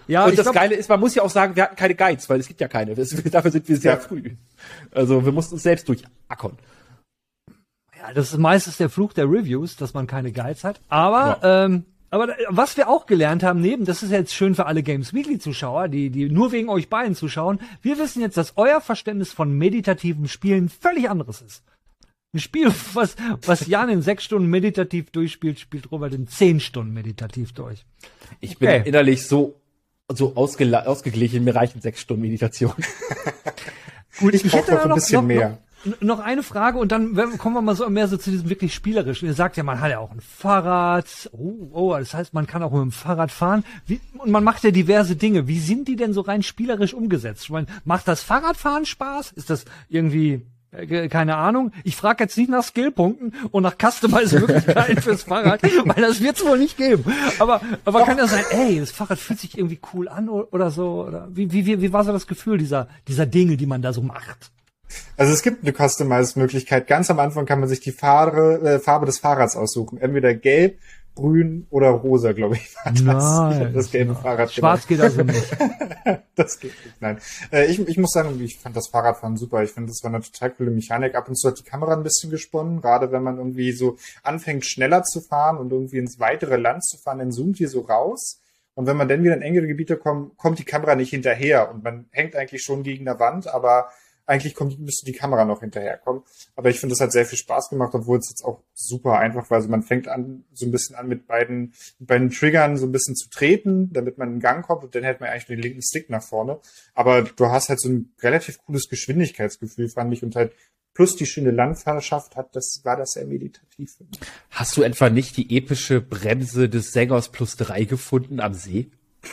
[SPEAKER 1] Ja,
[SPEAKER 6] und das Geile ist, man muss ja auch sagen, wir hatten keine Guides, weil es gibt ja keine. Dafür sind wir sehr früh. Also wir mussten uns selbst durchackern.
[SPEAKER 1] Ja, das ist meistens der Fluch der Reviews, dass man keine Guides hat. Aber was wir auch gelernt haben, das ist jetzt schön für alle Games Weekly Zuschauer, die nur wegen euch beiden zuschauen. Wir wissen jetzt, dass euer Verständnis von meditativen Spielen völlig anderes ist. Ein Spiel, was Jan in 6 Stunden meditativ durchspielt, spielt Robert in 10 Stunden meditativ durch.
[SPEAKER 6] Ich bin innerlich so ausgeglichen, mir reichen 6 Stunden Meditation.
[SPEAKER 4] Gut, ich brauche noch ein bisschen mehr.
[SPEAKER 1] Noch eine Frage und dann kommen wir mal mehr so zu diesem wirklich spielerischen. Ihr sagt ja, man hat ja auch ein Fahrrad. Das heißt, man kann auch mit dem Fahrrad fahren. Und man macht ja diverse Dinge. Wie sind die denn so rein spielerisch umgesetzt? Ich meine, macht das Fahrradfahren Spaß? Ist das irgendwie, keine Ahnung? Ich frage jetzt nicht nach Skillpunkten und nach Customize-Möglichkeiten fürs Fahrrad, weil das wird's wohl nicht geben. Aber kann ja sein, das Fahrrad fühlt sich irgendwie cool an oder so? Oder wie war so das Gefühl dieser Dinge, die man da so macht?
[SPEAKER 4] Also es gibt eine Customize-Möglichkeit. Ganz am Anfang kann man sich die Farbe des Fahrrads aussuchen. Entweder gelb, grün oder rosa, glaube ich, war das.
[SPEAKER 1] Nein,
[SPEAKER 4] ich habe das gelbe Fahrrad
[SPEAKER 1] Schwarz geht also nicht.
[SPEAKER 4] Das geht nicht, nein. Ich muss sagen, ich fand das Fahrradfahren super. Ich finde, das war eine total coole Mechanik. Ab und zu hat die Kamera ein bisschen gesponnen, gerade wenn man irgendwie so anfängt, schneller zu fahren und irgendwie ins weitere Land zu fahren, dann zoomt die so raus. Und wenn man dann wieder in engere Gebiete kommt die Kamera nicht hinterher und man hängt eigentlich schon gegen der Wand, aber eigentlich müsste die Kamera noch hinterherkommen. Aber ich finde, das hat sehr viel Spaß gemacht, obwohl es jetzt auch super einfach war. Also man fängt an, so ein bisschen an mit beiden Triggern so ein bisschen zu treten, damit man in Gang kommt und dann hält man eigentlich nur den linken Stick nach vorne. Aber du hast halt so ein relativ cooles Geschwindigkeitsgefühl, fand ich, und halt plus die schöne Landfahrschaft war das sehr meditativ für mich.
[SPEAKER 6] Hast du etwa nicht die epische Bremse des Sängers +3 gefunden am See?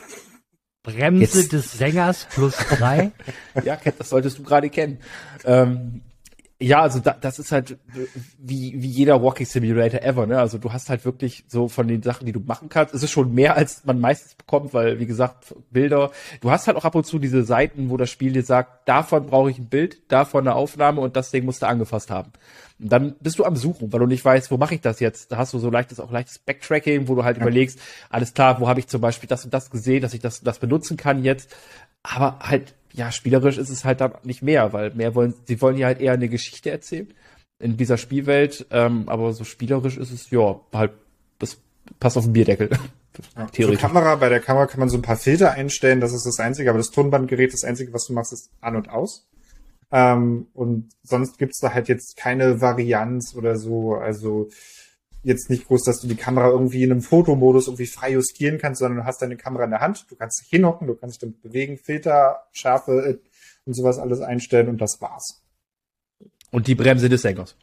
[SPEAKER 1] Bremse des Sängers +3?
[SPEAKER 6] Ja, das solltest du gerade kennen. Ja, also das ist halt wie jeder Walking Simulator ever, ne? Also du hast halt wirklich so von den Sachen, die du machen kannst, es ist schon mehr, als man meistens bekommt, weil, wie gesagt, Bilder, du hast halt auch ab und zu diese Seiten, wo das Spiel dir sagt, davon brauche ich ein Bild, davon eine Aufnahme und das Ding musst du angefasst haben. Und dann bist du am Suchen, weil du nicht weißt, wo mache ich das jetzt? Da hast du so leichtes Backtracking, wo du halt überlegst, alles klar, wo habe ich zum Beispiel das und das gesehen, dass ich das benutzen kann jetzt. Aber halt, ja, spielerisch ist es halt dann nicht mehr, weil sie wollen ja halt eher eine Geschichte erzählen in dieser Spielwelt, aber so spielerisch ist es, ja, halt, das passt auf den Bierdeckel.
[SPEAKER 4] Ja, bei der Kamera kann man so ein paar Filter einstellen, das ist das Einzige, aber das Tonbandgerät, das Einzige, was du machst, ist an und aus. Und sonst gibt's da halt jetzt keine Varianz oder so, also jetzt nicht groß, dass du die Kamera irgendwie in einem Fotomodus irgendwie frei justieren kannst, sondern du hast deine Kamera in der Hand, du kannst dich hinhocken, du kannst dich damit bewegen, Filter, Schärfe und sowas alles einstellen und das war's.
[SPEAKER 6] Und die Bremse des Sängers.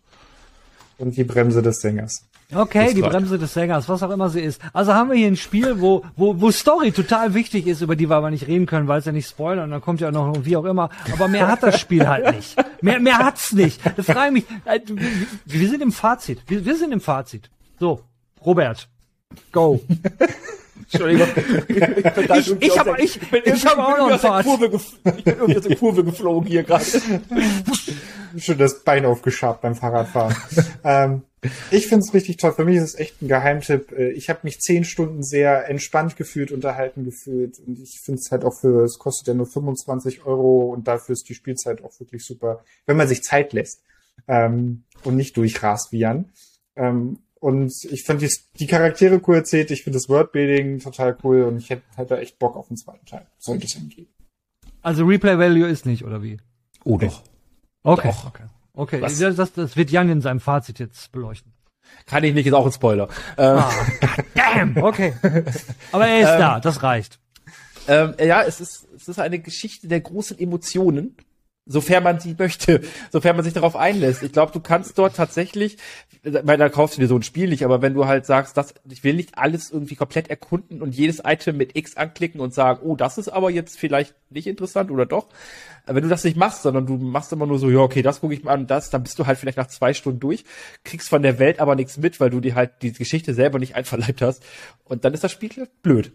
[SPEAKER 1] Okay, die Bremse des Sängers, was auch immer sie ist. Also haben wir hier ein Spiel, wo Story total wichtig ist, über die wir aber nicht reden können, weil es ja nicht spoilern und dann kommt ja noch wie auch immer. Aber mehr hat das Spiel halt nicht. Mehr hat's nicht. Da frage ich mich, wir sind im Fazit. Wir sind im Fazit. So, Robert, go.
[SPEAKER 6] Entschuldigung.
[SPEAKER 1] Ich habe auch noch ein Fazit.
[SPEAKER 6] Ich bin irgendwie aus der Kurve geflogen hier gerade.
[SPEAKER 4] Schon das Bein aufgeschabt beim Fahrradfahren. Ich find's richtig toll. Für mich ist es echt ein Geheimtipp. Ich habe mich 10 Stunden sehr entspannt gefühlt, unterhalten gefühlt. Und ich finde es halt auch es kostet ja nur 25 € und dafür ist die Spielzeit auch wirklich super, wenn man sich Zeit lässt und nicht durchrast wie Jan. Und ich fand die Charaktere cool erzählt. Ich finde das Worldbuilding total cool und ich hätte halt da echt Bock auf den zweiten Teil. Sollte es hingehen.
[SPEAKER 1] Also Replay Value ist nicht, oder wie?
[SPEAKER 6] Oh, doch.
[SPEAKER 1] Okay.
[SPEAKER 6] Doch.
[SPEAKER 1] Okay, das wird Jan in seinem Fazit jetzt beleuchten.
[SPEAKER 6] Kann ich nicht, ist auch ein Spoiler.
[SPEAKER 1] Damn, okay. Aber er ist da, das reicht.
[SPEAKER 6] Ja, es ist eine Geschichte der großen Emotionen, sofern man sie möchte, sofern man sich darauf einlässt. Ich glaube, du kannst dort tatsächlich, weil da kaufst du dir so ein Spiel nicht, aber wenn du halt sagst, ich will nicht alles irgendwie komplett erkunden und jedes Item mit X anklicken und sagen, oh, das ist aber jetzt vielleicht nicht interessant oder doch. Wenn du das nicht machst, sondern du machst immer nur so, ja, okay, das gucke ich mal an, dann bist du halt vielleicht nach 2 Stunden durch, kriegst von der Welt aber nichts mit, weil du dir halt die Geschichte selber nicht einverleibt hast. Und dann ist das Spiel blöd.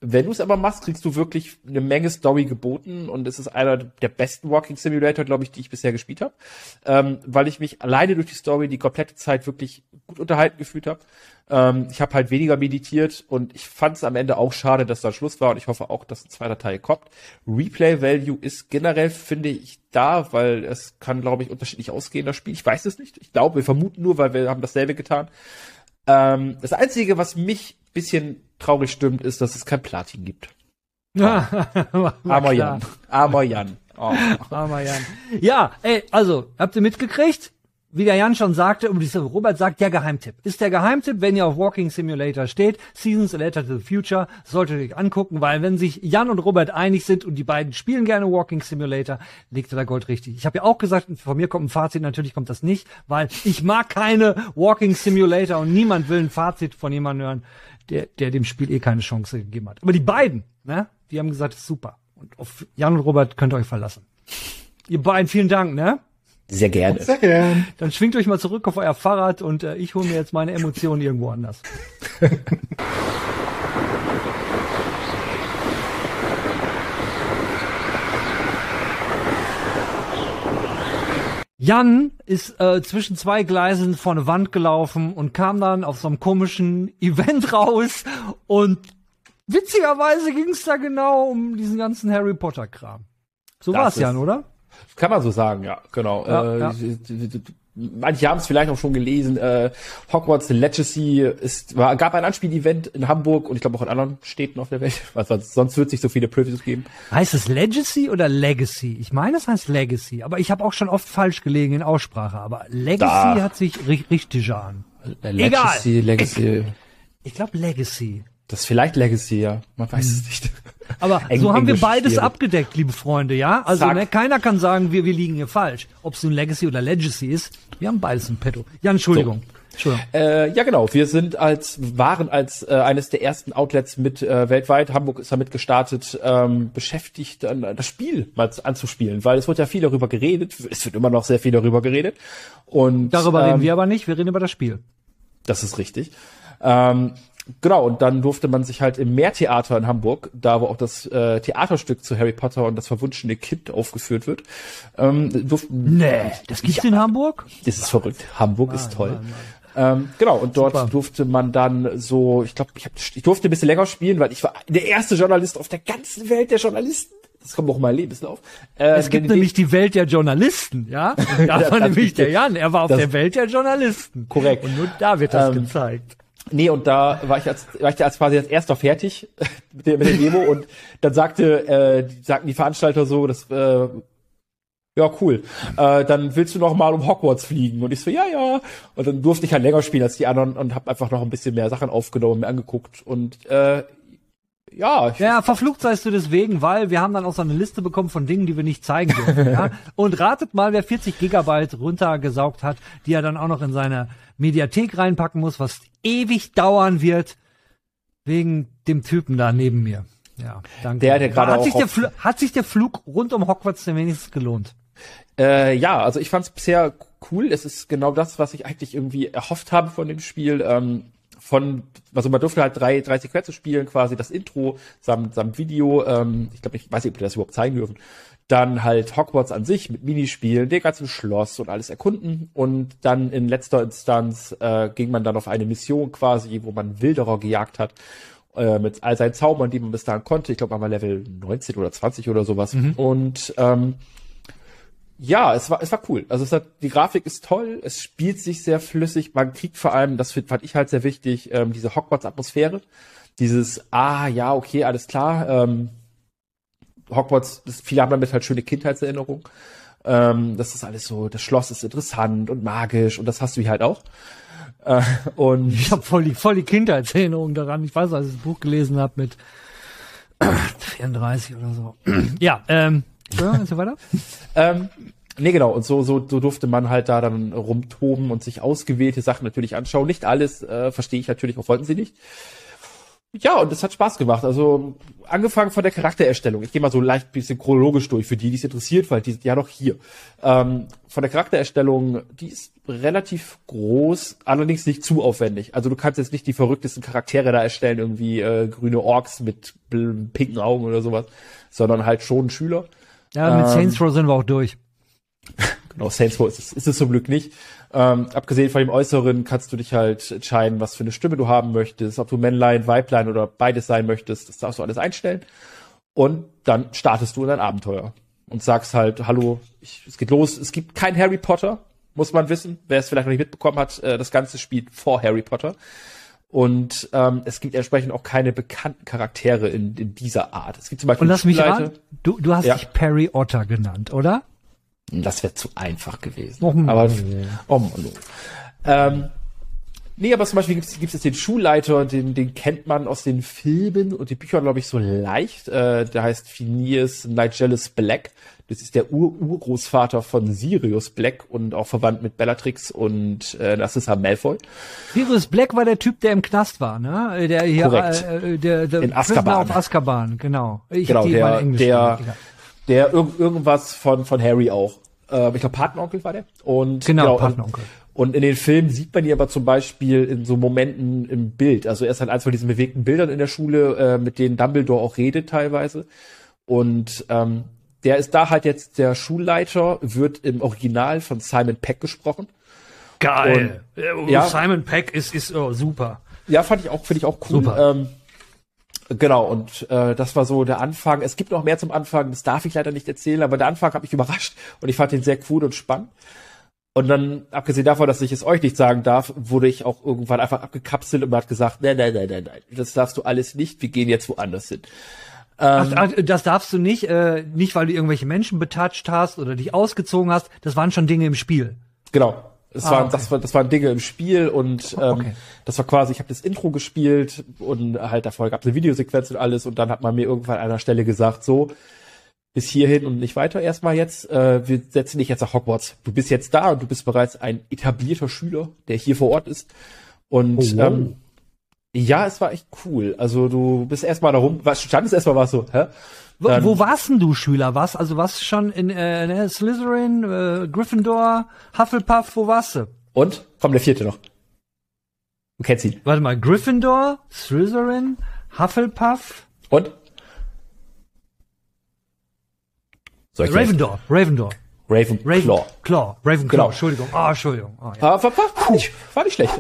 [SPEAKER 6] Wenn du es aber machst, kriegst du wirklich eine Menge Story geboten und es ist einer der besten Walking Simulator, glaube ich, die ich bisher gespielt habe, weil ich mich alleine durch die Story die komplette Zeit wirklich gut unterhalten gefühlt habe. Ich habe halt weniger meditiert und ich fand es am Ende auch schade, dass da Schluss war und ich hoffe auch, dass ein zweiter Teil kommt. Replay Value ist generell, finde ich, da, weil es kann, glaube ich, unterschiedlich ausgehen, das Spiel. Ich weiß es nicht. Ich glaube, wir vermuten nur, weil wir haben dasselbe getan. Das Einzige, was mich ein bisschen traurig stimmt, ist, dass es kein Platin gibt. Armer Jan. Armer Jan. Oh.
[SPEAKER 1] Armer Jan. Ja, also, habt ihr mitgekriegt? Wie der Jan schon sagte, Robert sagt, der Geheimtipp. Ist der Geheimtipp, wenn ihr auf Walking Simulator steht, Seasons a Letter to the Future, solltet ihr euch angucken, weil wenn sich Jan und Robert einig sind und die beiden spielen gerne Walking Simulator, legt ihr da Gold richtig. Ich habe ja auch gesagt, von mir kommt ein Fazit, natürlich kommt das nicht, weil ich mag keine Walking Simulator und niemand will ein Fazit von jemandem hören, der dem Spiel keine Chance gegeben hat. Aber die beiden, ne, die haben gesagt, ist super. Und auf Jan und Robert könnt ihr euch verlassen. Ihr beiden, vielen Dank, ne?
[SPEAKER 6] Sehr gerne.
[SPEAKER 4] Sehr gern.
[SPEAKER 1] Dann schwingt euch mal zurück auf euer Fahrrad und ich hole mir jetzt meine Emotionen irgendwo anders. Jan ist zwischen zwei Gleisen vor eine Wand gelaufen und kam dann auf so einem komischen Event raus und witzigerweise ging es da genau um diesen ganzen Harry Potter Kram. So war's, Jan, oder?
[SPEAKER 6] Kann man so sagen, ja, genau.
[SPEAKER 1] Ja.
[SPEAKER 6] Manche haben es vielleicht auch schon gelesen. Hogwarts Legacy gab ein Anspiel-Event in Hamburg und ich glaube auch in anderen Städten auf der Welt. Also sonst wird es nicht so viele Previews geben.
[SPEAKER 1] Heißt es Legacy oder Legacy? Ich meine, es heißt Legacy, aber ich habe auch schon oft falsch gelegen in Aussprache. Aber Legacy hat sich richtig an.
[SPEAKER 6] Legacy.
[SPEAKER 1] Ich glaube Legacy.
[SPEAKER 6] Das ist vielleicht Legacy, ja. Man weiß es nicht.
[SPEAKER 1] Aber so haben wir beides abgedeckt, liebe Freunde, ja? Also keiner kann sagen, wir liegen hier falsch. Ob es nun Legacy oder Legacy ist, wir haben beides im Petto. Ja, Entschuldigung.
[SPEAKER 6] Ja, genau. Wir waren als eines der ersten Outlets mit weltweit, Hamburg ist damit gestartet, beschäftigt, das Spiel mal anzuspielen, weil es wird ja viel darüber geredet. Es wird immer noch sehr viel darüber geredet. Und
[SPEAKER 1] darüber reden wir aber nicht, wir reden über das Spiel.
[SPEAKER 6] Das ist richtig. Genau, und dann durfte man sich halt im Meertheater in Hamburg, da wo auch das Theaterstück zu Harry Potter und das verwunschene Kind aufgeführt wird,
[SPEAKER 1] das gibt's in Hamburg?
[SPEAKER 6] Das ist verrückt. Hamburg ist toll. Genau, und dort durfte man dann so, ich glaube, ich durfte ein bisschen länger spielen, weil ich war der erste Journalist auf der ganzen Welt der Journalisten. Das kommt auch in meinem Lebenslauf.
[SPEAKER 1] Es gibt nämlich die Welt der Journalisten, ja? Da war nämlich der Jan, er war auf der Welt der Journalisten.
[SPEAKER 6] Korrekt.
[SPEAKER 1] Und nur da wird das gezeigt.
[SPEAKER 6] Nee, und da war ich als quasi als erster fertig mit der Demo und dann sagten die Veranstalter so, das ja, cool. Dann willst du noch mal um Hogwarts fliegen? Und ich so, ja. Und dann durfte ich halt länger spielen als die anderen und habe einfach noch ein bisschen mehr Sachen aufgenommen, mir angeguckt und verflucht seist du deswegen, weil wir haben dann auch so eine Liste bekommen von Dingen, die wir nicht zeigen dürfen. Ja? Und ratet mal, wer 40 Gigabyte runtergesaugt hat, die er dann auch noch in seine Mediathek reinpacken muss, was ewig dauern wird, wegen dem Typen da neben mir. Ja, danke. Der gerade
[SPEAKER 1] hat sich der Flug rund um Hogwarts denn wenigstens gelohnt?
[SPEAKER 6] Ja, also ich fand's bisher cool. Es ist genau das, was ich eigentlich irgendwie erhofft habe von dem Spiel. Also man durfte halt drei Sequenzen spielen, quasi das Intro samt Video. Ich weiß nicht, ob wir das überhaupt zeigen dürfen. Dann halt Hogwarts an sich mit Minispielen, den ganzen Schloss und alles erkunden. Und dann in letzter Instanz ging man dann auf eine Mission quasi, wo man Wilderer gejagt hat. Mit all seinen Zaubern, die man bis dahin konnte. Ich glaube, man war Level 19 oder 20 oder sowas. Und es war cool. Also die Grafik ist toll, es spielt sich sehr flüssig. Man kriegt vor allem, das fand ich halt sehr wichtig, diese Hogwarts-Atmosphäre. Dieses, okay, alles klar. Hogwarts, viele haben damit halt schöne Kindheitserinnerungen. Das ist alles so, das Schloss ist interessant und magisch und das hast du hier halt auch. Und
[SPEAKER 1] ich habe voll die Kindheitserinnerung daran. Ich weiß, als ich das Buch gelesen habe mit 34 oder so. Ja, ist ja weiter?
[SPEAKER 6] Nee, genau. Und so durfte man halt da dann rumtoben und sich ausgewählte Sachen natürlich anschauen. Nicht alles verstehe ich natürlich, auch wollten sie nicht. Ja, und es hat Spaß gemacht. Also angefangen von der Charaktererstellung. Ich gehe mal so leicht ein bisschen chronologisch durch, für die es interessiert, weil die sind ja noch hier. Von der Charaktererstellung, die ist relativ groß, allerdings nicht zu aufwendig. Also du kannst jetzt nicht die verrücktesten Charaktere da erstellen, irgendwie grüne Orks mit pinken Augen oder sowas, sondern halt schon Schüler.
[SPEAKER 1] Ja, mit Saints Row sind wir auch durch.
[SPEAKER 6] Genau, Saints Row ist es zum Glück nicht. Abgesehen von dem Äußeren kannst du dich halt entscheiden, was für eine Stimme du haben möchtest, ob du Männlein, Weiblein oder beides sein möchtest. Das darfst du alles einstellen. Und dann startest du in dein Abenteuer und sagst halt, hallo, es geht los. Es gibt kein Harry Potter, muss man wissen. Wer es vielleicht noch nicht mitbekommen hat, das Ganze spielt vor Harry Potter. Und es gibt entsprechend auch keine bekannten Charaktere in dieser Art. Es gibt zum Beispiel
[SPEAKER 1] und lass mich ran, du hast dich Perry Otter genannt, oder?
[SPEAKER 6] Das wäre zu einfach gewesen.
[SPEAKER 1] Oh Mann.
[SPEAKER 6] Aber, nee, aber zum Beispiel gibt's jetzt den Schulleiter, den kennt man aus den Filmen und den Büchern, glaube ich, so leicht. Der heißt Phineas Nigellus Black. Das ist der Urgroßvater von Sirius Black und auch verwandt mit Bellatrix und Narcissa Malfoy.
[SPEAKER 1] Sirius Black war der Typ, der im Knast war, ne? Der hier,
[SPEAKER 6] Korrekt.
[SPEAKER 1] Der
[SPEAKER 6] in Azkaban.
[SPEAKER 1] Auf Azkaban, genau.
[SPEAKER 6] Genau, der irgendwas von Harry auch. Ich glaube, Patenonkel war der. Und
[SPEAKER 1] genau Patenonkel.
[SPEAKER 6] Und in den Filmen sieht man ihn aber zum Beispiel in so Momenten im Bild. Also er ist halt eins von diesen bewegten Bildern in der Schule, mit denen Dumbledore auch redet teilweise. Und der ist da halt jetzt der Schulleiter, wird im Original von Simon Pegg gesprochen.
[SPEAKER 1] Geil.
[SPEAKER 6] Und, ja,
[SPEAKER 1] Simon Pegg ist super.
[SPEAKER 6] Ja, finde ich auch cool.
[SPEAKER 1] Super.
[SPEAKER 6] Genau, und das war so der Anfang. Es gibt noch mehr zum Anfang, das darf ich leider nicht erzählen, aber der Anfang hat mich überrascht und ich fand ihn sehr cool und spannend. Und dann, abgesehen davon, dass ich es euch nicht sagen darf, wurde ich auch irgendwann einfach abgekapselt und man hat gesagt, nein, das darfst du alles nicht, wir gehen jetzt woanders hin.
[SPEAKER 1] Ach, das darfst du nicht, nicht weil du irgendwelche Menschen betatscht hast oder dich ausgezogen hast, das waren schon Dinge im Spiel.
[SPEAKER 6] Genau. Das waren Dinge im Spiel und das war quasi, ich habe das Intro gespielt und halt davor gab es eine Videosequenz und alles und dann hat man mir irgendwann an einer Stelle gesagt, so, bis hierhin und nicht weiter erstmal jetzt, wir setzen dich jetzt nach Hogwarts. Du bist jetzt da und du bist bereits ein etablierter Schüler, der hier vor Ort ist und ja, es war echt cool. Also du bist erstmal da rum, standest erstmal war so, hä?
[SPEAKER 1] Wo warst denn du Schüler? Warst schon in Slytherin, Gryffindor, Hufflepuff, wo warst du?
[SPEAKER 6] Und? Komm, der vierte noch. Du kennst ihn.
[SPEAKER 1] Warte mal, Gryffindor, Slytherin, Hufflepuff.
[SPEAKER 6] Und?
[SPEAKER 1] Ravenclaw. Ravenclaw,
[SPEAKER 6] genau.
[SPEAKER 1] Entschuldigung. Entschuldigung.
[SPEAKER 6] Ja. War nicht schlecht.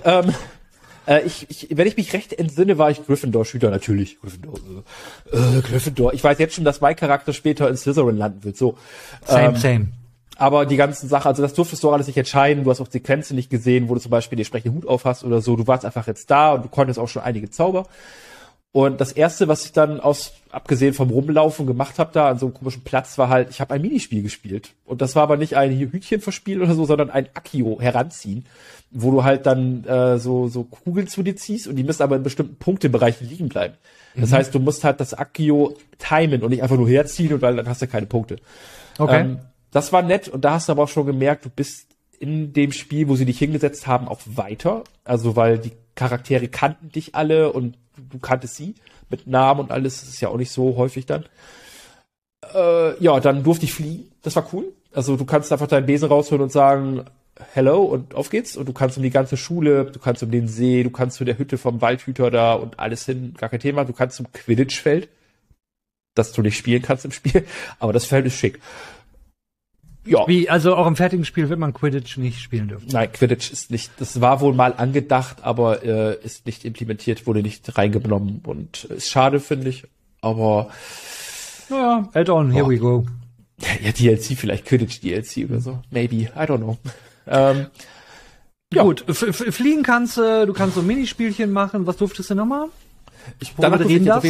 [SPEAKER 6] Wenn ich mich recht entsinne, war ich Gryffindor-Schüler, natürlich. Gryffindor. Ich weiß jetzt schon, dass mein Charakter später in Slytherin landen wird, so.
[SPEAKER 1] Same.
[SPEAKER 6] Aber die ganzen Sachen, also das durftest du alles nicht entscheiden, du hast auch Sequenzen nicht gesehen, wo du zum Beispiel den entsprechenden Hut auf hast oder so, du warst einfach jetzt da und du konntest auch schon einige Zauber. Und das erste, was ich dann abgesehen vom Rumlaufen gemacht habe da an so einem komischen Platz, war halt, ich habe ein Minispiel gespielt. Und das war aber nicht ein Hütchen verspielen oder so, sondern ein Accio heranziehen, wo du halt dann so Kugeln zu dir ziehst und die müssen aber in bestimmten Punktebereichen liegen bleiben. Das heißt, du musst halt das Accio timen und nicht einfach nur herziehen und dann hast du keine Punkte.
[SPEAKER 1] Okay.
[SPEAKER 6] Das war nett und da hast du aber auch schon gemerkt, du bist in dem Spiel, wo sie dich hingesetzt haben, auch weiter. Also weil die Charaktere kannten dich alle und du kanntest sie mit Namen und alles. Das ist ja auch nicht so häufig dann. Ja, dann durfte ich fliehen. Das war cool. Also du kannst einfach deinen Besen rausholen und sagen, hello und auf geht's. Und du kannst um die ganze Schule, du kannst um den See, du kannst zu der Hütte vom Waldhüter da und alles hin, gar kein Thema. Du kannst zum Quidditch-Feld, das du nicht spielen kannst im Spiel, aber das Feld ist schick. Ja.
[SPEAKER 1] Wie, also auch im fertigen Spiel wird man Quidditch nicht spielen dürfen?
[SPEAKER 6] Nein, Quidditch ist nicht, das war wohl mal angedacht, aber ist nicht implementiert, wurde nicht reingenommen und ist schade, finde ich, aber
[SPEAKER 1] naja, Add-on, here we go.
[SPEAKER 6] Ja, DLC, vielleicht Quidditch DLC oder so, maybe, I don't know.
[SPEAKER 1] Ja. Gut, fliegen kannst du kannst so Minispielchen machen, was durftest du nochmal?
[SPEAKER 6] Ich durfte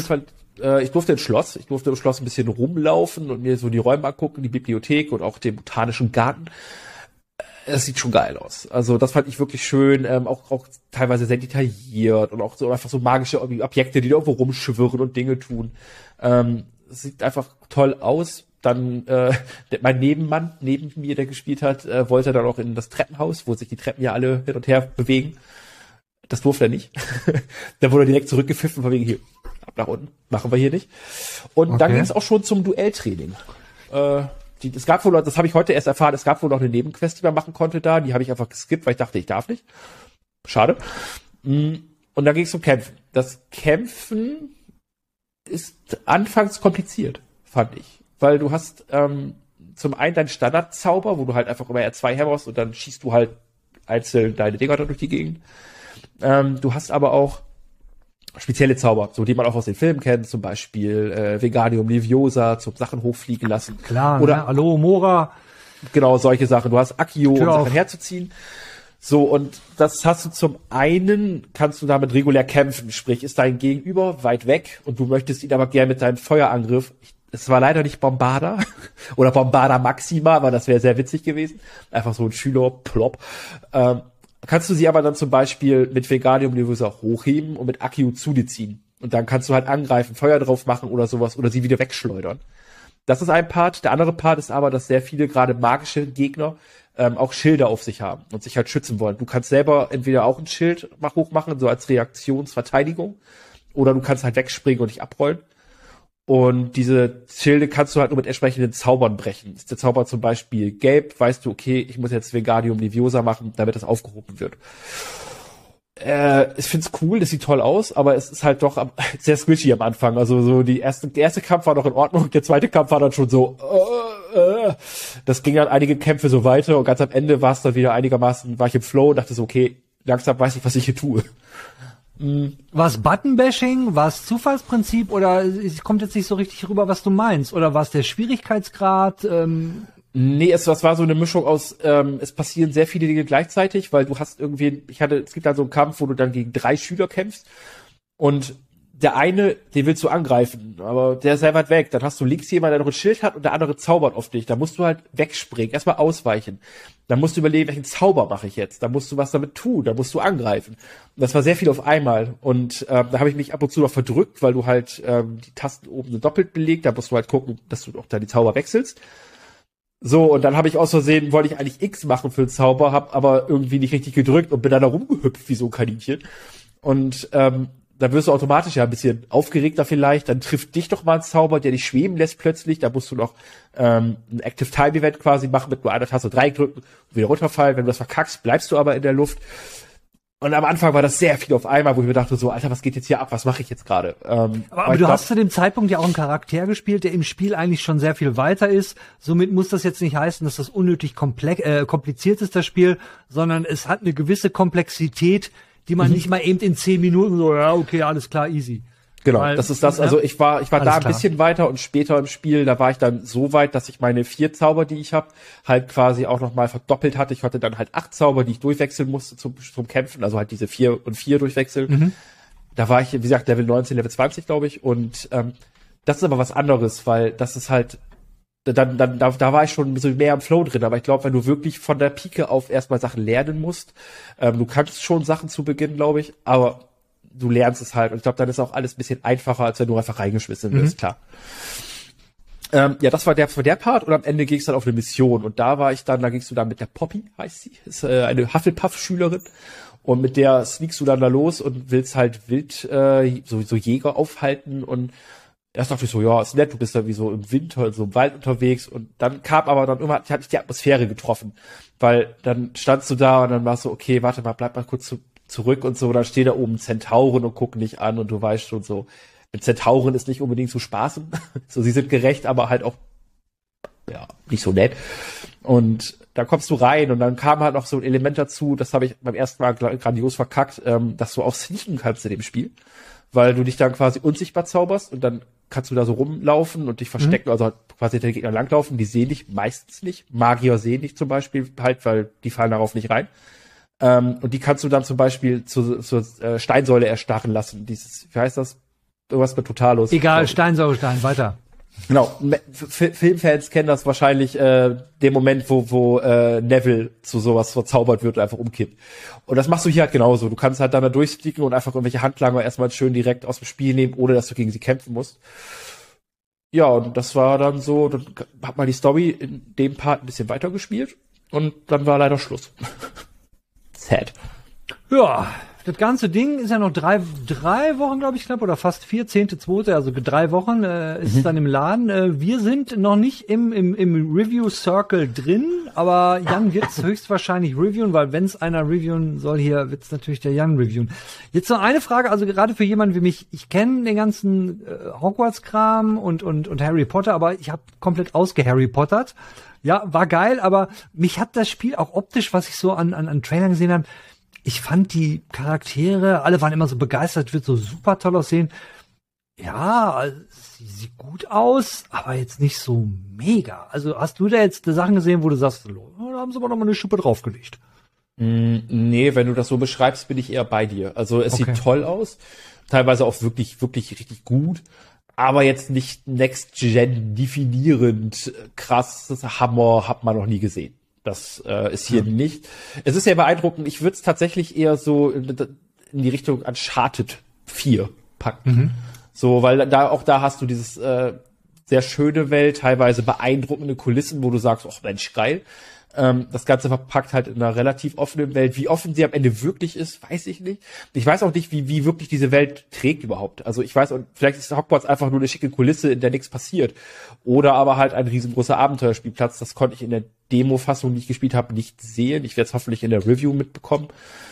[SPEAKER 6] im Schloss. Ich durfte im Schloss ein bisschen rumlaufen und mir so die Räume angucken, die Bibliothek und auch den botanischen Garten. Es sieht schon geil aus. Also das fand ich wirklich schön, auch teilweise sehr detailliert und auch so einfach so magische Objekte, die da irgendwo rumschwirren und Dinge tun. Es sieht einfach toll aus. Dann mein Nebenmann neben mir, der gespielt hat, wollte dann auch in das Treppenhaus, wo sich die Treppen ja alle hin und her bewegen. Das durfte er nicht. Da wurde er direkt zurückgepfiffen, von wegen hier, ab nach unten, machen wir hier nicht. Und dann ging es auch schon zum Duelltraining. Es gab wohl, das habe ich heute erst erfahren, es gab wohl noch eine Nebenquest, die man machen konnte da. Die habe ich einfach geskippt, weil ich dachte, ich darf nicht. Schade. Und dann ging es um Kämpfen. Das Kämpfen ist anfangs kompliziert, fand ich. Weil du hast zum einen deinen Standardzauber, wo du halt einfach immer R2 hämmerst und dann schießt du halt einzeln deine Dinger da durch die Gegend. Du hast aber auch spezielle Zauber, so die man auch aus den Filmen kennt, zum Beispiel Wingardium Leviosa, zum Sachen hochfliegen lassen.
[SPEAKER 1] Klar,
[SPEAKER 6] oder
[SPEAKER 1] ne? Hallo, Mora.
[SPEAKER 6] Genau, solche Sachen. Du hast Accio, um
[SPEAKER 1] Tür auf.
[SPEAKER 6] Sachen herzuziehen. So, und das hast du zum einen, kannst du damit regulär kämpfen, sprich, ist dein Gegenüber weit weg und du möchtest ihn aber gerne mit deinem Feuerangriff, es war leider nicht Bombarda oder Bombarda Maxima, aber das wäre sehr witzig gewesen. Einfach so ein Schüler, plopp. Kannst du sie aber dann zum Beispiel mit Wingardium Leviosa hochheben und mit Accio zu dir ziehen. Und dann kannst du halt angreifen, Feuer drauf machen oder sowas oder sie wieder wegschleudern. Das ist ein Part. Der andere Part ist aber, dass sehr viele gerade magische Gegner auch Schilder auf sich haben und sich halt schützen wollen. Du kannst selber entweder auch ein Schild hochmachen, so als Reaktionsverteidigung, oder du kannst halt wegspringen und dich abrollen. Und diese Schilde kannst du halt nur mit entsprechenden Zaubern brechen. Ist der Zauber zum Beispiel gelb, weißt du, okay, ich muss jetzt Wingardium Leviosa machen, damit das aufgehoben wird. Ich find's cool, das sieht toll aus, aber es ist halt doch sehr squishy am Anfang. Also so der erste Kampf war noch in Ordnung, der zweite Kampf war dann schon so, das ging dann einige Kämpfe so weiter und ganz am Ende war es dann wieder einigermaßen, war ich im Flow und dachte so, okay, langsam weiß ich, was ich hier tue.
[SPEAKER 1] War es Button-Bashing? War es Zufallsprinzip? Oder es kommt jetzt nicht so richtig rüber, was du meinst? Oder war es der Schwierigkeitsgrad?
[SPEAKER 6] Nee, es war so eine Mischung aus, es passieren sehr viele Dinge gleichzeitig, weil du hast irgendwie, es gibt dann so einen Kampf, wo du dann gegen 3 Schüler kämpfst und der eine, den willst du angreifen, aber der ist sehr weit weg. Dann hast du links jemanden, der noch ein Schild hat und der andere zaubert auf dich. Da musst du halt wegspringen, erstmal ausweichen. Dann musst du überlegen, welchen Zauber mache ich jetzt. Da musst du was damit tun, da musst du angreifen. Und das war sehr viel auf einmal. Und da habe ich mich ab und zu noch verdrückt, weil du halt die Tasten oben sind doppelt belegt. Da musst du halt gucken, dass du auch da die Zauber wechselst. So, und dann habe ich aus Versehen, wollte ich eigentlich X machen für den Zauber, habe aber irgendwie nicht richtig gedrückt und bin dann da rumgehüpft wie so ein Kaninchen. Und da wirst du automatisch ja ein bisschen aufgeregter vielleicht, dann trifft dich doch mal ein Zauber, der dich schweben lässt plötzlich, da musst du noch ein Active Time Event quasi machen, mit nur einer Taste 3 drücken und wieder runterfallen. Wenn du das verkackst, bleibst du aber in der Luft. Und am Anfang war das sehr viel auf einmal, wo ich mir dachte so, Alter, was geht jetzt hier ab, was mache ich jetzt gerade?
[SPEAKER 1] Aber du hast zu dem Zeitpunkt ja auch einen Charakter gespielt, der im Spiel eigentlich schon sehr viel weiter ist. Somit muss das jetzt nicht heißen, dass das unnötig kompliziert ist, das Spiel, sondern es hat eine gewisse Komplexität, die man nicht mal eben in 10 Minuten so, ja, okay, alles klar, easy.
[SPEAKER 6] Genau,
[SPEAKER 1] Weil,
[SPEAKER 6] das ist das. Also ich war da ein bisschen weiter und später im Spiel, da war ich dann so weit, dass ich meine 4 Zauber, die ich habe, halt quasi auch nochmal verdoppelt hatte. Ich hatte dann halt 8 Zauber, die ich durchwechseln musste zum Kämpfen, also halt diese 4 und 4 durchwechseln. Da war ich, wie gesagt, Level 19, Level 20, glaube ich. Und das ist aber was anderes, weil das ist halt, da war ich schon ein bisschen mehr im Flow drin, aber ich glaube, wenn du wirklich von der Pike auf erstmal Sachen lernen musst, du kannst schon Sachen zu Beginn, glaube ich, aber du lernst es halt und ich glaube, dann ist auch alles ein bisschen einfacher, als wenn du einfach reingeschmissen wirst, klar. Ja, das war der Part und am Ende ging es dann auf eine Mission und da gingst du dann mit der Poppy, heißt sie, ist eine Hufflepuff-Schülerin und mit der sneakst du dann da los und willst halt wild so Jäger aufhalten und erst dachte ich so, ja, ist nett, du bist da wie so im Winter, so im Wald unterwegs und dann kam aber dann immer, hat mich die Atmosphäre getroffen, weil dann standst du da und dann warst so, okay, warte mal, bleib mal kurz zurück und so, dann stehen da oben Zentauren und gucken dich an und du weißt schon so, mit Zentauren ist nicht unbedingt zu spaßen, so, sie sind gerecht, aber halt auch, ja, nicht so nett und da kommst du rein und dann kam halt noch so ein Element dazu, das habe ich beim ersten Mal grandios verkackt, dass du auch sneaken kannst in dem Spiel, weil du dich dann quasi unsichtbar zauberst und dann kannst du da so rumlaufen und dich verstecken, also halt quasi hinter den Gegnern langlaufen, die sehen dich meistens nicht. Magier sehen dich zum Beispiel halt, weil die fallen darauf nicht rein. Und die kannst du dann zum Beispiel zur Steinsäule erstarren lassen. Dieses, wie heißt das? Irgendwas mit Totalus.
[SPEAKER 1] Egal, Steinsäulestein, weiter.
[SPEAKER 6] Genau, Filmfans kennen das wahrscheinlich, den Moment, wo Neville zu sowas verzaubert wird und einfach umkippt. Und das machst du hier halt genauso. Du kannst halt dann da durchfliegen und einfach irgendwelche Handlanger erstmal schön direkt aus dem Spiel nehmen, ohne dass du gegen sie kämpfen musst. Ja, und das war dann so, dann hat man die Story in dem Part ein bisschen weitergespielt und dann war leider Schluss. Sad.
[SPEAKER 1] Ja, Das ganze Ding ist ja noch drei Wochen, glaube ich, knapp, oder fast 4, 10.2., also 3 Wochen ist es dann im Laden. Wir sind noch nicht im Review-Circle drin, aber Jan wird es höchstwahrscheinlich reviewen, weil wenn es einer reviewen soll, hier wird es natürlich der Jan reviewen. Jetzt noch eine Frage, also gerade für jemanden wie mich, ich kenne den ganzen Hogwarts-Kram und Harry Potter, aber ich habe komplett ausge-Harry Pottert. Ja, war geil, aber mich hat das Spiel auch optisch, was ich so an Trailern gesehen habe, ich fand die Charaktere, alle waren immer so begeistert, wird so super toll aussehen. Ja, sie sieht gut aus, aber jetzt nicht so mega. Also hast du da jetzt Sachen gesehen, wo du sagst, da haben sie aber noch mal eine Schippe draufgelegt?
[SPEAKER 6] Nee, wenn du das so beschreibst, bin ich eher bei dir. Also es sieht toll aus, teilweise auch wirklich, wirklich richtig gut, aber jetzt nicht Next-Gen definierend krass, Hammer hat man noch nie gesehen. Das ist hier nicht. Es ist sehr beeindruckend. Ich würde es tatsächlich eher so in die Richtung Uncharted 4 packen. So, weil da hast du dieses sehr schöne Welt, teilweise beeindruckende Kulissen, wo du sagst, ach Mensch, geil. Das Ganze verpackt halt in einer relativ offenen Welt. Wie offen sie am Ende wirklich ist, weiß ich nicht. Ich weiß auch nicht, wie wirklich diese Welt trägt überhaupt. Also ich weiß, und vielleicht ist Hogwarts einfach nur eine schicke Kulisse, in der nichts passiert. Oder aber halt ein riesengroßer Abenteuerspielplatz. Das konnte ich in der Demo-Fassung, die ich gespielt habe, nicht sehen. Ich werde es hoffentlich in der Review mitbekommen.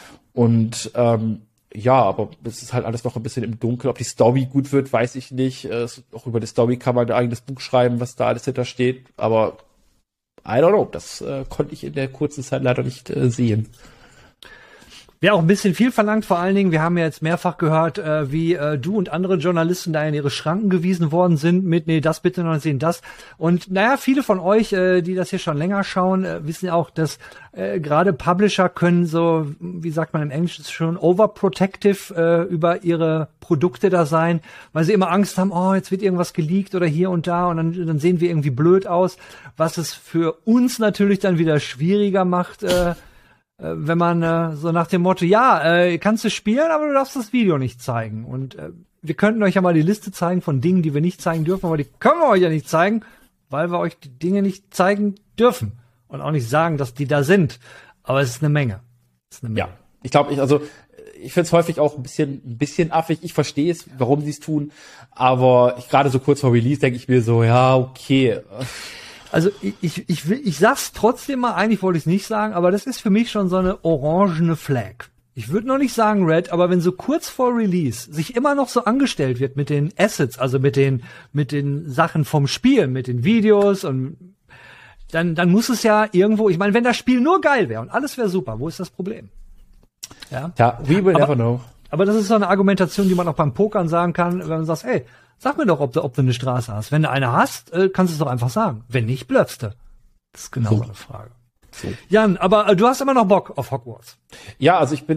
[SPEAKER 6] Und ja, aber es ist halt alles noch ein bisschen im Dunkeln. Ob die Story gut wird, weiß ich nicht. Auch über die Story kann man ein eigenes Buch schreiben, was da alles hinter steht. Aber I don't know, das konnte ich in der kurzen Zeit leider nicht sehen.
[SPEAKER 1] Wäre auch ein bisschen viel verlangt, vor allen Dingen, wir haben ja jetzt mehrfach gehört, wie du und andere Journalisten da in ihre Schranken gewiesen worden sind mit, nee, das bitte noch sehen, das. Und naja, viele von euch, die das hier schon länger schauen, wissen ja auch, dass gerade Publisher können so, wie sagt man im Englischen schon, overprotective über ihre Produkte da sein, weil sie immer Angst haben, oh, jetzt wird irgendwas geleakt oder hier und da und dann sehen wir irgendwie blöd aus, was es für uns natürlich dann wieder schwieriger macht, wenn man so nach dem Motto, ja, kannst du spielen, aber du darfst das Video nicht zeigen. Und wir könnten euch ja mal die Liste zeigen von Dingen, die wir nicht zeigen dürfen, aber die können wir euch ja nicht zeigen, weil wir euch die Dinge nicht zeigen dürfen. Und auch nicht sagen, dass die da sind. Aber es ist eine Menge.
[SPEAKER 6] Ja, ich glaube, ich finde es häufig auch ein bisschen affig. Ich verstehe es, warum sie es tun. Aber gerade so kurz vor Release denke ich mir so, ja, okay.
[SPEAKER 1] Also ich sag's trotzdem mal, eigentlich wollte ich es nicht sagen, aber das ist für mich schon so eine orangene Flag. Ich würde noch nicht sagen Red, aber wenn so kurz vor Release sich immer noch so angestellt wird mit den Assets, also mit den Sachen vom Spiel, mit den Videos und dann muss es ja irgendwo, ich meine, wenn das Spiel nur geil wäre und alles wäre super, wo ist das Problem? Ja,
[SPEAKER 6] we will never know.
[SPEAKER 1] Aber das ist so eine Argumentation, die man auch beim Pokern sagen kann, wenn man sagt, ey, sag mir doch, ob du eine Straße hast. Wenn du eine hast, kannst du es doch einfach sagen. Wenn nicht, blöffst du. Das ist genau so eine Frage. So. Jan, aber du hast immer noch Bock auf Hogwarts.
[SPEAKER 6] Ja, also ich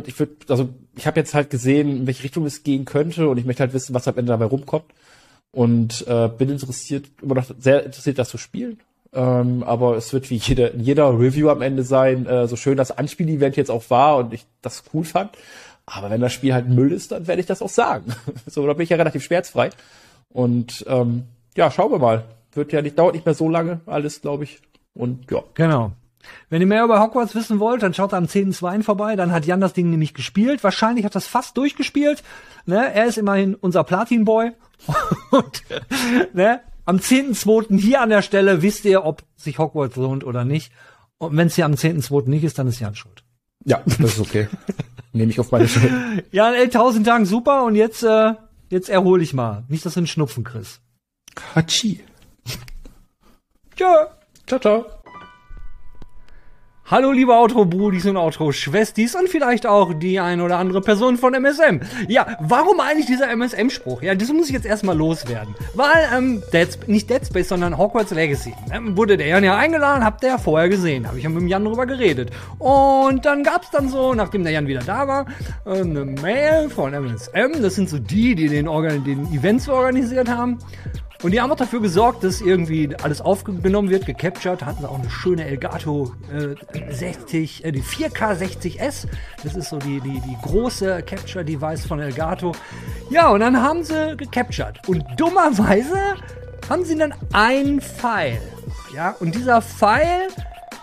[SPEAKER 6] habe jetzt halt gesehen, in welche Richtung es gehen könnte und ich möchte halt wissen, was am Ende dabei rumkommt. Und bin immer noch sehr interessiert, das zu spielen. Aber es wird wie jeder Review am Ende sein, so schön das Anspiel-Event jetzt auch war und ich das cool fand. Aber wenn das Spiel halt Müll ist, dann werde ich das auch sagen. So, da bin ich ja relativ schmerzfrei. Und ja, schauen wir mal. Dauert nicht mehr so lange alles, glaube ich. Und ja.
[SPEAKER 1] Genau. Wenn ihr mehr über Hogwarts wissen wollt, dann schaut am 10.2. vorbei. Dann hat Jan das Ding nämlich gespielt. Wahrscheinlich hat das fast durchgespielt. Ne? Er ist immerhin unser Platin-Boy. Und ne? Am 10.2. hier an der Stelle wisst ihr, ob sich Hogwarts lohnt oder nicht. Und wenn es hier am 10.2. nicht ist, dann ist Jan schuld.
[SPEAKER 6] Ja, das ist okay. Nehme ich auf meine Schuld.
[SPEAKER 1] Ja, 1000 Dank, super. Und jetzt erhol ich mal. Nicht, dass du einen Schnupfen kriegst.
[SPEAKER 6] Hatschi.
[SPEAKER 1] Tschö.
[SPEAKER 6] Ciao, ciao.
[SPEAKER 1] Hallo liebe Outro-Brudis und Outro-Schwestis und vielleicht auch die ein oder andere Person von MSM. Ja, warum eigentlich dieser MSM-Spruch? Ja, das muss ich jetzt erstmal loswerden. Weil, nicht Dead Space, sondern Hogwarts Legacy. Wurde der Jan ja eingeladen, habt ihr ja vorher gesehen. Habe ich ja mit dem Jan drüber geredet. Und dann gab's dann so, nachdem der Jan wieder da war, eine Mail von MSM. Das sind so die den Events organisiert haben. Und die haben auch dafür gesorgt, dass irgendwie alles aufgenommen wird, gecaptured. Hatten sie auch eine schöne Elgato 60, die 4K 60S. Das ist so die große Capture-Device von Elgato. Ja, und dann haben sie gecaptured. Und dummerweise haben sie dann einen File. Ja, und dieser File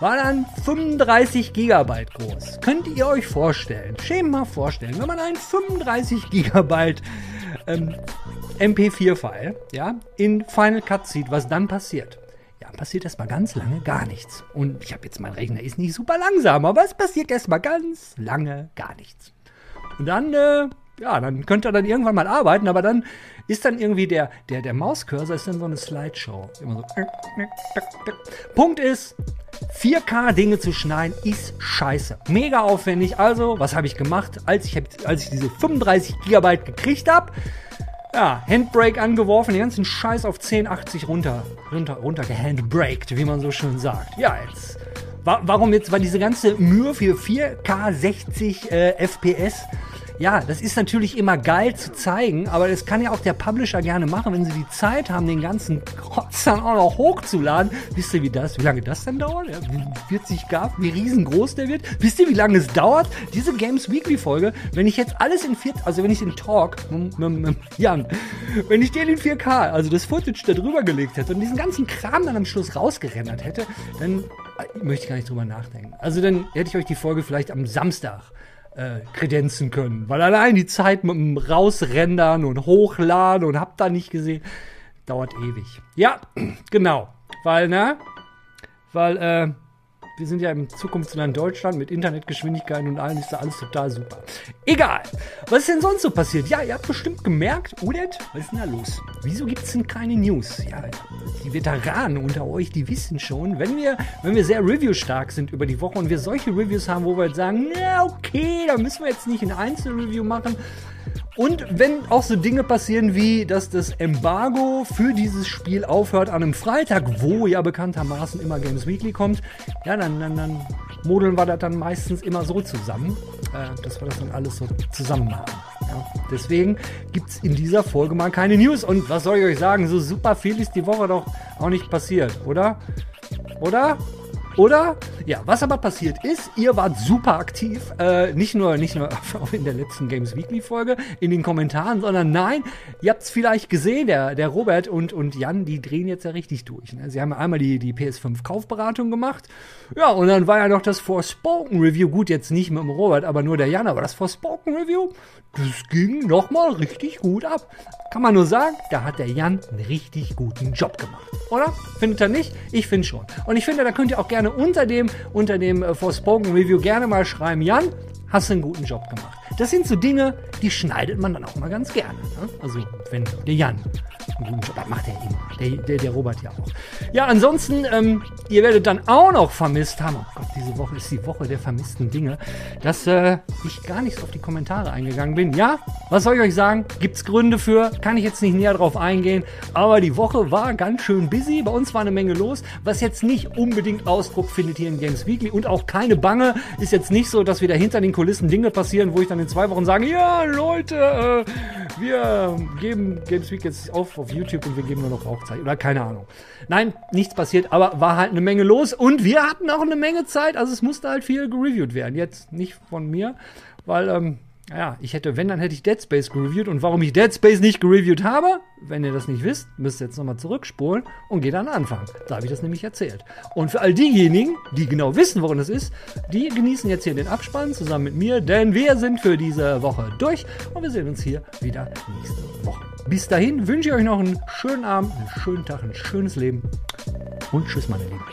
[SPEAKER 1] war dann 35 Gigabyte groß. Könnt ihr euch vorstellen, mal vorstellen, wenn man einen 35 Gigabyte MP4-File, ja, in Final Cut zieht, was dann passiert? Ja, passiert erstmal ganz lange gar nichts. Und ich habe jetzt, mein Rechner ist nicht super langsam, aber es passiert erstmal ganz lange gar nichts. Und dann, dann könnt ihr dann irgendwann mal arbeiten, aber dann ist dann irgendwie der Mauscursor ist dann so eine Slideshow. Immer so. Punkt ist, 4K Dinge zu schneiden ist scheiße. Mega aufwendig. Also, was habe ich gemacht, als ich diese 35 Gigabyte gekriegt habe? Ja, Handbrake angeworfen, den ganzen Scheiß auf 1080 runter gehandbraked, wie man so schön sagt. Ja, jetzt. Warum jetzt? Weil diese ganze Mühe für 4K 60 FPS, ja, das ist natürlich immer geil zu zeigen, aber das kann ja auch der Publisher gerne machen, wenn sie die Zeit haben, den ganzen Krotz dann auch noch hochzuladen. Wisst ihr, wie lange das denn dauert? Ja, 40 Grad, wie riesengroß der wird? Wisst ihr, wie lange es dauert? Diese Games Weekly Folge, wenn ich jetzt alles wenn ich den Talk mit Jan, wenn ich den in 4K, also das Footage da drüber gelegt hätte und diesen ganzen Kram dann am Schluss rausgerendert hätte, dann möchte ich gar nicht drüber nachdenken. Also dann hätte ich euch die Folge vielleicht am Samstag kredenzen können, weil allein die Zeit mit dem Rausrendern und Hochladen und habt da nicht gesehen, dauert ewig. Ja, genau, weil wir sind ja im Zukunftsland Deutschland mit Internetgeschwindigkeiten und allem, ist da alles total super. Egal. Was ist denn sonst so passiert? Ja, ihr habt bestimmt gemerkt, Udet, was ist denn da los? Wieso gibt's denn keine News? Ja, die Veteranen unter euch, die wissen schon, wenn wir sehr reviewstark sind über die Woche und wir solche Reviews haben, wo wir jetzt sagen, na okay, da müssen wir jetzt nicht ein Einzelreview machen. Und wenn auch so Dinge passieren wie, dass das Embargo für dieses Spiel aufhört an einem Freitag, wo ja bekanntermaßen immer Games Weekly kommt, ja, dann modeln wir das dann meistens immer so zusammen, dass wir das dann alles so zusammen machen. Ja. Deswegen gibt's in dieser Folge mal keine News. Und was soll ich euch sagen, so super viel ist die Woche doch auch nicht passiert, oder? Oder? Ja, was aber passiert ist, ihr wart super aktiv, nicht nur in der letzten Games Weekly Folge, in den Kommentaren, sondern nein, ihr habt es vielleicht gesehen, der Robert und Jan, die drehen jetzt ja richtig durch. Ne? Sie haben einmal die PS5 Kaufberatung gemacht, ja, und dann war ja noch das Forspoken Review, gut, jetzt nicht mit dem Robert, aber nur der Jan, aber das Forspoken Review, das ging nochmal richtig gut ab. Kann man nur sagen, da hat der Jan einen richtig guten Job gemacht. Oder? Findet ihr nicht? Ich finde schon. Und ich finde, da könnt ihr auch gerne unter dem Forspoken Review gerne mal schreiben, Jan, hast du einen guten Job gemacht. Das sind so Dinge, die schneidet man dann auch mal ganz gerne. Ne? Also, wenn der Jan einen guten Job, das macht er immer. Der Robert ja auch. Ja, ansonsten, ihr werdet dann auch noch vermisst haben, oh Gott, diese Woche ist die Woche der vermissten Dinge, dass ich gar nicht so auf die Kommentare eingegangen bin. Ja, was soll ich euch sagen? Gibt's Gründe für, kann ich jetzt nicht näher drauf eingehen, aber die Woche war ganz schön busy, bei uns war eine Menge los, was jetzt nicht unbedingt Ausdruck findet hier in Games Weekly und auch keine Bange, ist jetzt nicht so, dass wieder hinter den Kulissen Dinge passieren, wo ich dann in 2 Wochen sage, ja Leute, wir geben Games Week jetzt auf YouTube und wir geben nur noch Rauchzeit oder keine Ahnung. Nein, nichts passiert, aber war halt eine Menge los und wir hatten auch eine Menge Zeit, also es musste halt viel gereviewt werden. Jetzt nicht von mir, weil wenn, dann hätte ich Dead Space gereviewt. Und warum ich Dead Space nicht gereviewt habe, wenn ihr das nicht wisst, müsst ihr jetzt nochmal zurückspulen und geht an den Anfang. Da habe ich das nämlich erzählt. Und für all diejenigen, die genau wissen, worum es ist, die genießen jetzt hier den Abspann zusammen mit mir, denn wir sind für diese Woche durch und wir sehen uns hier wieder nächste Woche. Bis dahin wünsche ich euch noch einen schönen Abend, einen schönen Tag, ein schönes Leben und tschüss, meine Lieben.